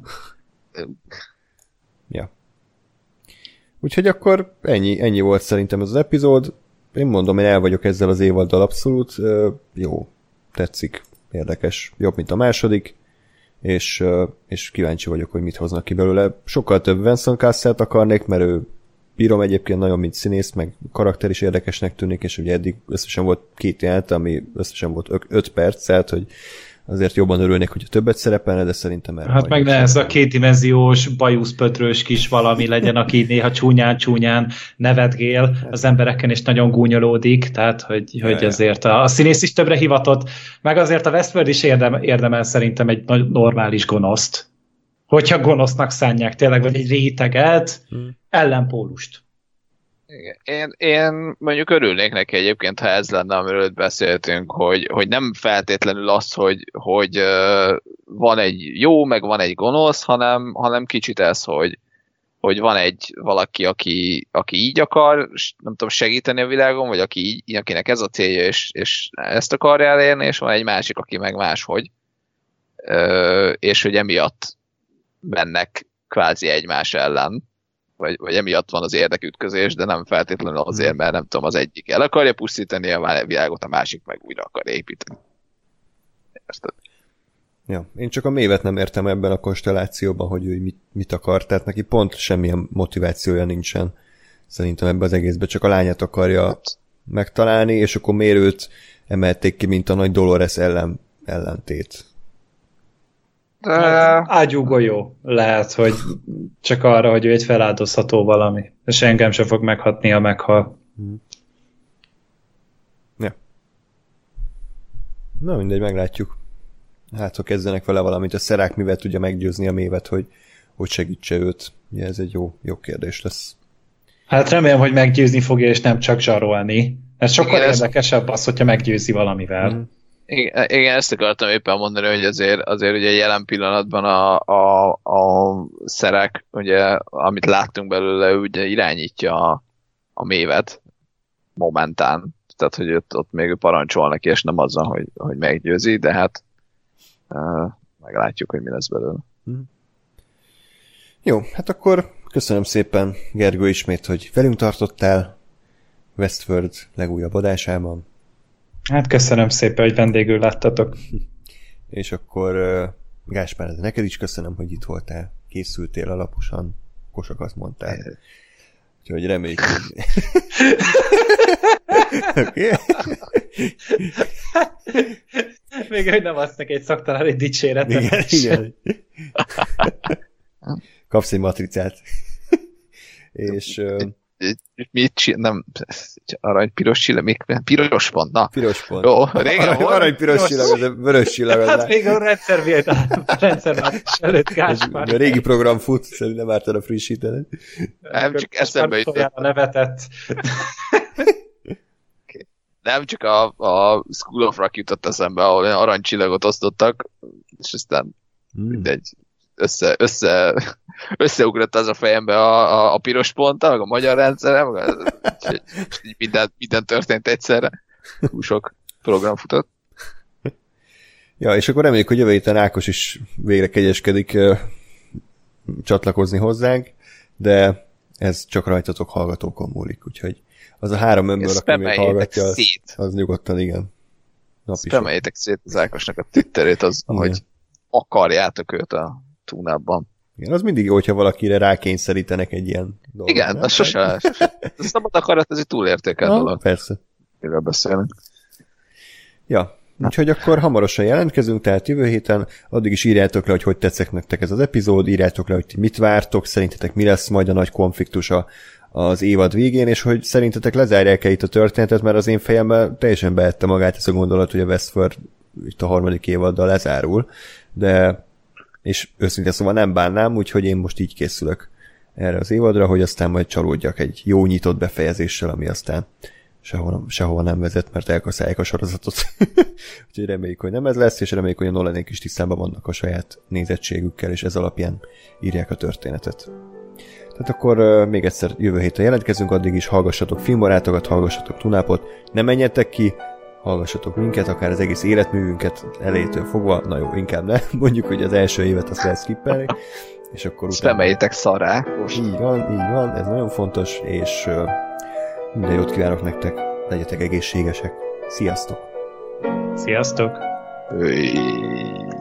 Ja. Úgyhogy akkor ennyi volt szerintem ez az epizód. Én mondom, én el vagyok ezzel az évaddal abszolút. Jó, tetszik, érdekes, jobb, mint a második. És kíváncsi vagyok, hogy mit hoznak ki belőle. Sokkal több Vincent Cassel-t akarnék, mert ő bírom egyébként nagyon, mint színész, meg karakter is érdekesnek tűnik, és ugye eddig összesen volt 2 jelenet, ami összesen volt 5 perc, tehát, hogy azért jobban örülnék, hogyha többet szerepelne, de szerintem erre... Hát meg ne ez a 2-dimenziós, bajuszpötrős kis valami legyen, aki néha csúnyán nevetgél az embereken, és nagyon gúnyolódik, tehát, hogy azért a színész is többre hivatott, meg azért a Westworld is érdemel szerintem egy normális gonoszt. Hogyha gonosznak szánják tényleg, vagy egy réteget, ellenpólust. Én mondjuk örülnék neki egyébként, ha ez lenne, amiről itt beszéltünk, hogy nem feltétlenül az, hogy van egy jó, meg van egy gonosz, hanem kicsit ez, hogy van egy valaki, aki így akar, nem tudom, segíteni a világon, vagy akinek ez a célja, és ezt akarja elérni, és van egy másik, aki meg máshogy. És hogy emiatt mennek kvázi egymás ellen. Vagy emiatt van az érdekütközés, de nem feltétlenül azért, mert nem tudom, az egyik el akarja pusztítani a világot, a másik meg újra akar építeni. Érted? Ja, én csak a Maeve-t nem értem ebben a konstellációban, hogy ő mit akar, tehát neki pont semmilyen motivációja nincsen. Szerintem ebben az egészben csak a lányát akarja megtalálni, és akkor miért őt emelték ki, mint a nagy Dolores ellentét. Hát, ágyúgolyó lehet, hogy csak arra, hogy ő egy feláldozható valami. És engem sem fog meghatni, ha meghal. Ja. Na mindegy, meglátjuk. Hát, ha kezdenek vele valamit, a Szerák mivel tudja meggyőzni a Maeve-t, hogy segítse őt. Ugye ez egy jó kérdés lesz. Hát remélem, hogy meggyőzni fogja, és nem csak zsarolni. Ez sokkal érdekesebb az, hogyha meggyőzi valamivel. Igen, ezt akartam éppen mondani, hogy azért ugye jelen pillanatban a Szerák, ugye, amit láttunk belőle, ugye irányítja a Maeve-t momentán. Tehát, hogy ott még parancsol neki, és nem azzal, hogy meggyőzi, de hát meglátjuk, hogy mi lesz belőle. Jó, hát akkor köszönöm szépen, Gergő, ismét, hogy velünk tartottál Westworld legújabb adásában. Hát köszönöm szépen, hogy vendégül láttatok. És akkor Gáspár, neked is köszönöm, hogy itt voltál, készültél alaposan, kosakat mondtál. Úgyhogy reméljük, hogy... Okay. Még hogy nem adsz neki egy szaktalári dicséretet. Igen. Kapsz egy matricát. És... Mit csinál? Nem, arany, piros csillag, még piros pont, na. Piros pont. Jó, régen volt. Arany, piros csillag, ez vörös csillag. Hát még a rendszerváltás előtt, Gáspár. A régi program fut, szerintem nem ártad a frissítenet. Nem, csak eszembe jutott. A nevetett. Nem, csak a School of Rock jutott eszembe, ahol olyan aranycsillagot osztottak, és aztán mindegy, összeugrott az a fejembe a piros ponttal, a magyar rendszerem, úgyhogy minden történt egyszerre. Túl sok program futott. Ja, és akkor reméljük, hogy jövő héten Ákos is végre kegyeskedik csatlakozni hozzánk, de ez csak rajtatok hallgatókon múlik, úgyhogy az a 3 ember, aki még hallgatja, az nyugodtan, igen. Spameljétek szét az Ákosnak a Twitterét, az, hogy akarjátok őt a túnában. Igen, az mindig jó, hogyha valakire rákényszerítenek egy ilyen dolgot. Igen, az sose. A szabad akarat, ez egy túlértékelt dolog. Persze. Miről beszélünk. Ja, úgyhogy akkor hamarosan jelentkezünk, tehát jövő héten, addig is írjátok le, hogy tetszett nektek ez az epizód, írjátok le, hogy mit vártok, szerintetek mi lesz majd a nagy konfliktus az évad végén, és hogy szerintetek lezárják-e itt a történetet, mert az én fejemben teljesen beette magát ez a gondolat, hogy a Westworld itt a 3. évaddal lezárul, de és őszintén szóval nem bánnám, úgyhogy én most így készülök erre az évadra, hogy aztán majd csalódjak egy jó nyitott befejezéssel, ami aztán sehova nem vezet, mert elkaszálják a sorozatot. Úgyhogy reméljük, hogy nem ez lesz, és reméljük, hogy a Nolanék is tisztában vannak a saját nézettségükkel, és ez alapján írják a történetet. Tehát akkor még egyszer jövő héten jelentkezünk, addig is hallgassatok filmbarátokat, hallgassatok Tunápot, ne menjetek ki, hallgassatok minket, akár az egész életművünket elejétől fogva, na jó, inkább ne, mondjuk, hogy az első évet azt lehet skippelni, és akkor utána... Reméljétek szarrá. Így van, ez nagyon fontos, és minden jót kívánok nektek, legyetek egészségesek. Sziasztok! Sziasztok! Öy.